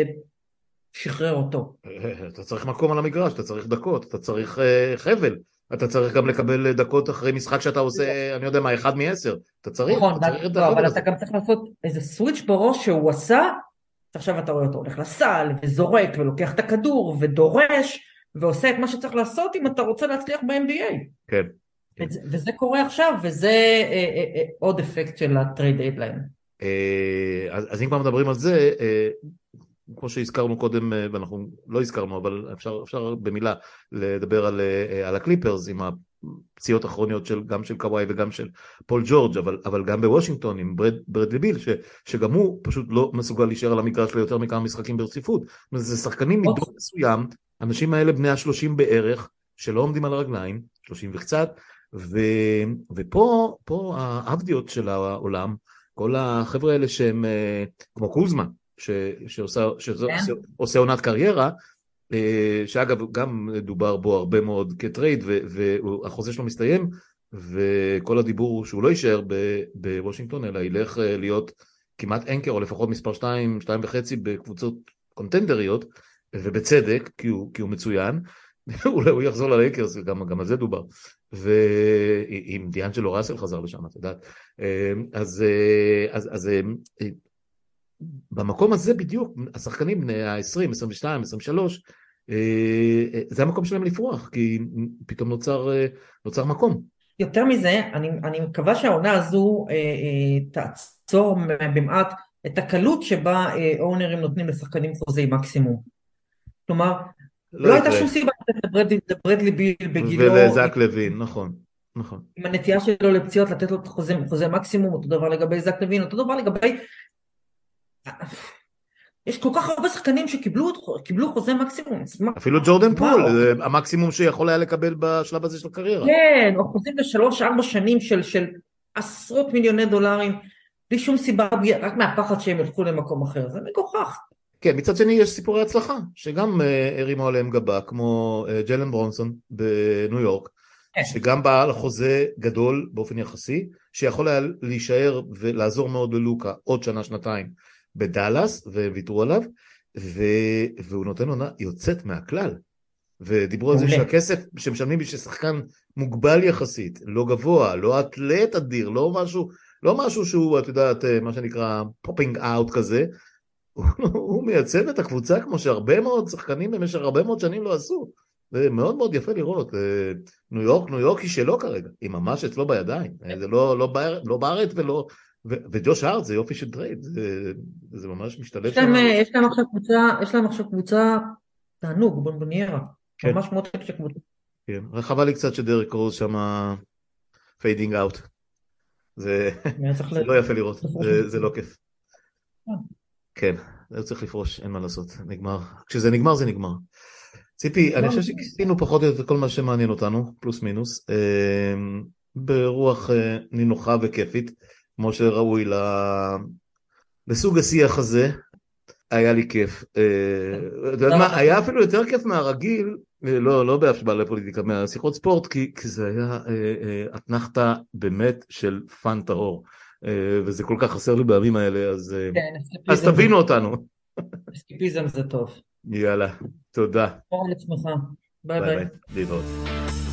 Speaker 2: ששחרר אותו.
Speaker 1: אתה צריך מקום על המגרש, אתה צריך דקות, אתה צריך אה, חבל. אתה צריך גם לקבל דקות אחרי משחק שאתה עושה, אני יודע מה, אחד מעשר. אתה צריך,
Speaker 2: נכון,
Speaker 1: אתה צריך את
Speaker 2: לא, אבל
Speaker 1: הזה.
Speaker 2: אתה גם צריך לעשות איזה סוויץ' בראש שהוא עשה, עכשיו אתה רואה אותו הולך לסל, וזורק, ולוקח את הכדור, ודורש, ועושה את מה שצריך לעשות אם אתה רוצה להצליח ב-אן בי איי.
Speaker 1: כן.
Speaker 2: וזה, וזה קורה עכשיו, וזה אה, אה, אה, עוד אפקט של הטרייד דדליין.
Speaker 1: אה, אז, אז אם כבר מדברים על זה, אה, כמו שהזכרנו קודם, ואנחנו לא הזכרנו, אבל אפשר, אפשר במילה לדבר על, על הקליפרס, עם הפציעות האחרוניות של, גם של קוואי וגם של פול ג'ורג', אבל, אבל גם בוושינגטון עם ברד, ברדלי ביל, ש, שגם הוא פשוט לא מסוגל להישאר על המגרש ליותר מכמה משחקים ברציפות. זה שחקנים מדור מסוים, אנשים האלה בני השלושים בערך, שלא עומדים על הרגליים, שלושים וקצת, ו, ופה פה האבדיות של העולם, כל החבר'ה האלה שהם כמו קוזמה, ש, שעושה, שעושה עונת קריירה, שאגב גם דובר בו הרבה מאוד כטרייד, והחוזה שלו מסתיים, וכל הדיבור הוא שהוא לא יישאר בוושינגטון, אלא ילך להיות כמעט אנקר, או לפחות מספר שתיים, שתיים וחצי בקבוצות קונטנדריות, ובצדק, כי הוא, כי הוא מצוין, אולי הוא יחזור ללייקרס, גם, גם על זה דובר, ועם דיאנג'לו ראסל חזר לשם, אתה יודעת, אז, אז, אז במקום הזה בדיוק, השחקנים בני ה-עשרים, עשרים ושתיים, עשרים ושלוש, זה המקום שלהם לפרוח, כי פתאום נוצר, נוצר מקום.
Speaker 2: יותר מזה, אני, אני מקווה שהעונה הזו אה, אה, תעצור במעט את הקלות שבה אה, אונרים נותנים לשחקנים חוזי מקסימום. כלומר, לא, לא הייתה שום סיבה לתת לברדלי ביל בגילו.
Speaker 1: ולזק לוין, נכון. נכון.
Speaker 2: עם הנטייה שלו לפציעות, לתת לו חוזה, חוזה מקסימום, אותו דבר לגבי זק לוין, אותו דבר לגבי... יש כל כך הרבה שחקנים שקיבלו קיבלו חוזה מקסימום.
Speaker 1: אפילו ג'ורדן פול, זה המקסימום שיכול היה לקבל בשלב הזה של הקריירה.
Speaker 2: כן, או חוזים בשלוש, ארבע שנים של, של עשרות מיליוני דולרים, בלי שום סיבה, רק מהפחד שהם ילכו למקום אחר. זה מגוחך.
Speaker 1: כן, מצד שני יש סיפורי הצלחה, שגם הרימו עליהם גבה, כמו ג'לן ברונסון בניו יורק, שגם בא לחוזה גדול באופן יחסי, שיכול היה להישאר ולעזור מאוד ללוקה עוד שנה, שנתיים, בדלס, וויתרו עליו, ו... והוא נותן עונה יוצאת מהכלל, ודיברו על זה שהכסף שמשלמים בשביל שחקן מוגבל יחסית, לא גבוה, לא אתלט אדיר, לא משהו, לא משהו שהוא, את יודעת, מה שנקרא פופינג אאוט כזה, הוא, הוא מייצב את הקבוצה כמו שהרבה מאוד שחקנים במשך הרבה מאוד שנים לא עשו. זה מאוד מאוד יפה לראות. ניו יורק, ניו יורק היא שלו כרגע, היא ממש אצלו בידיים. זה לא, לא, באר, לא בארץ ולא... ו, וג'וש הארט זה יופי של טרייד, זה, זה ממש משתלב
Speaker 2: יש להם,
Speaker 1: שם.
Speaker 2: יש להם עכשיו קבוצה, יש להם עכשיו קבוצה, תענוג, בונבוניירה.
Speaker 1: כן,
Speaker 2: ממש מותק של קבוצה.
Speaker 1: כן. רחבה לי קצת שדרק רוז שם פיידינג אאוט. זה, זה לא יפה לראות, זה, זה לא כיף. כן, זה צריך לפרוש, אין מה לעשות, נגמר. כשזה נגמר, זה נגמר. ציפי, אני חושב שכיסינו פחות או יותר כל מה שמעניין אותנו, פלוס מינוס, ברוח נינוחה וכיפית, כמו שראוי לסוג השיח הזה, היה לי כיף. אתה יודע מה, היה אפילו יותר כיף מהרגיל, לא, לא בהשוואה לפוליטיקה, מהשיחות ספורט, כי זה היה אתנחתה באמת של פן טהור, וזה כל כך חסר לי בימים האלה, אז תבינו אותנו.
Speaker 2: אסקיפיזם זה טוב.
Speaker 1: יאללה, תודה.
Speaker 2: תודה לעצמך. ביי ביי.
Speaker 1: ביי ביי.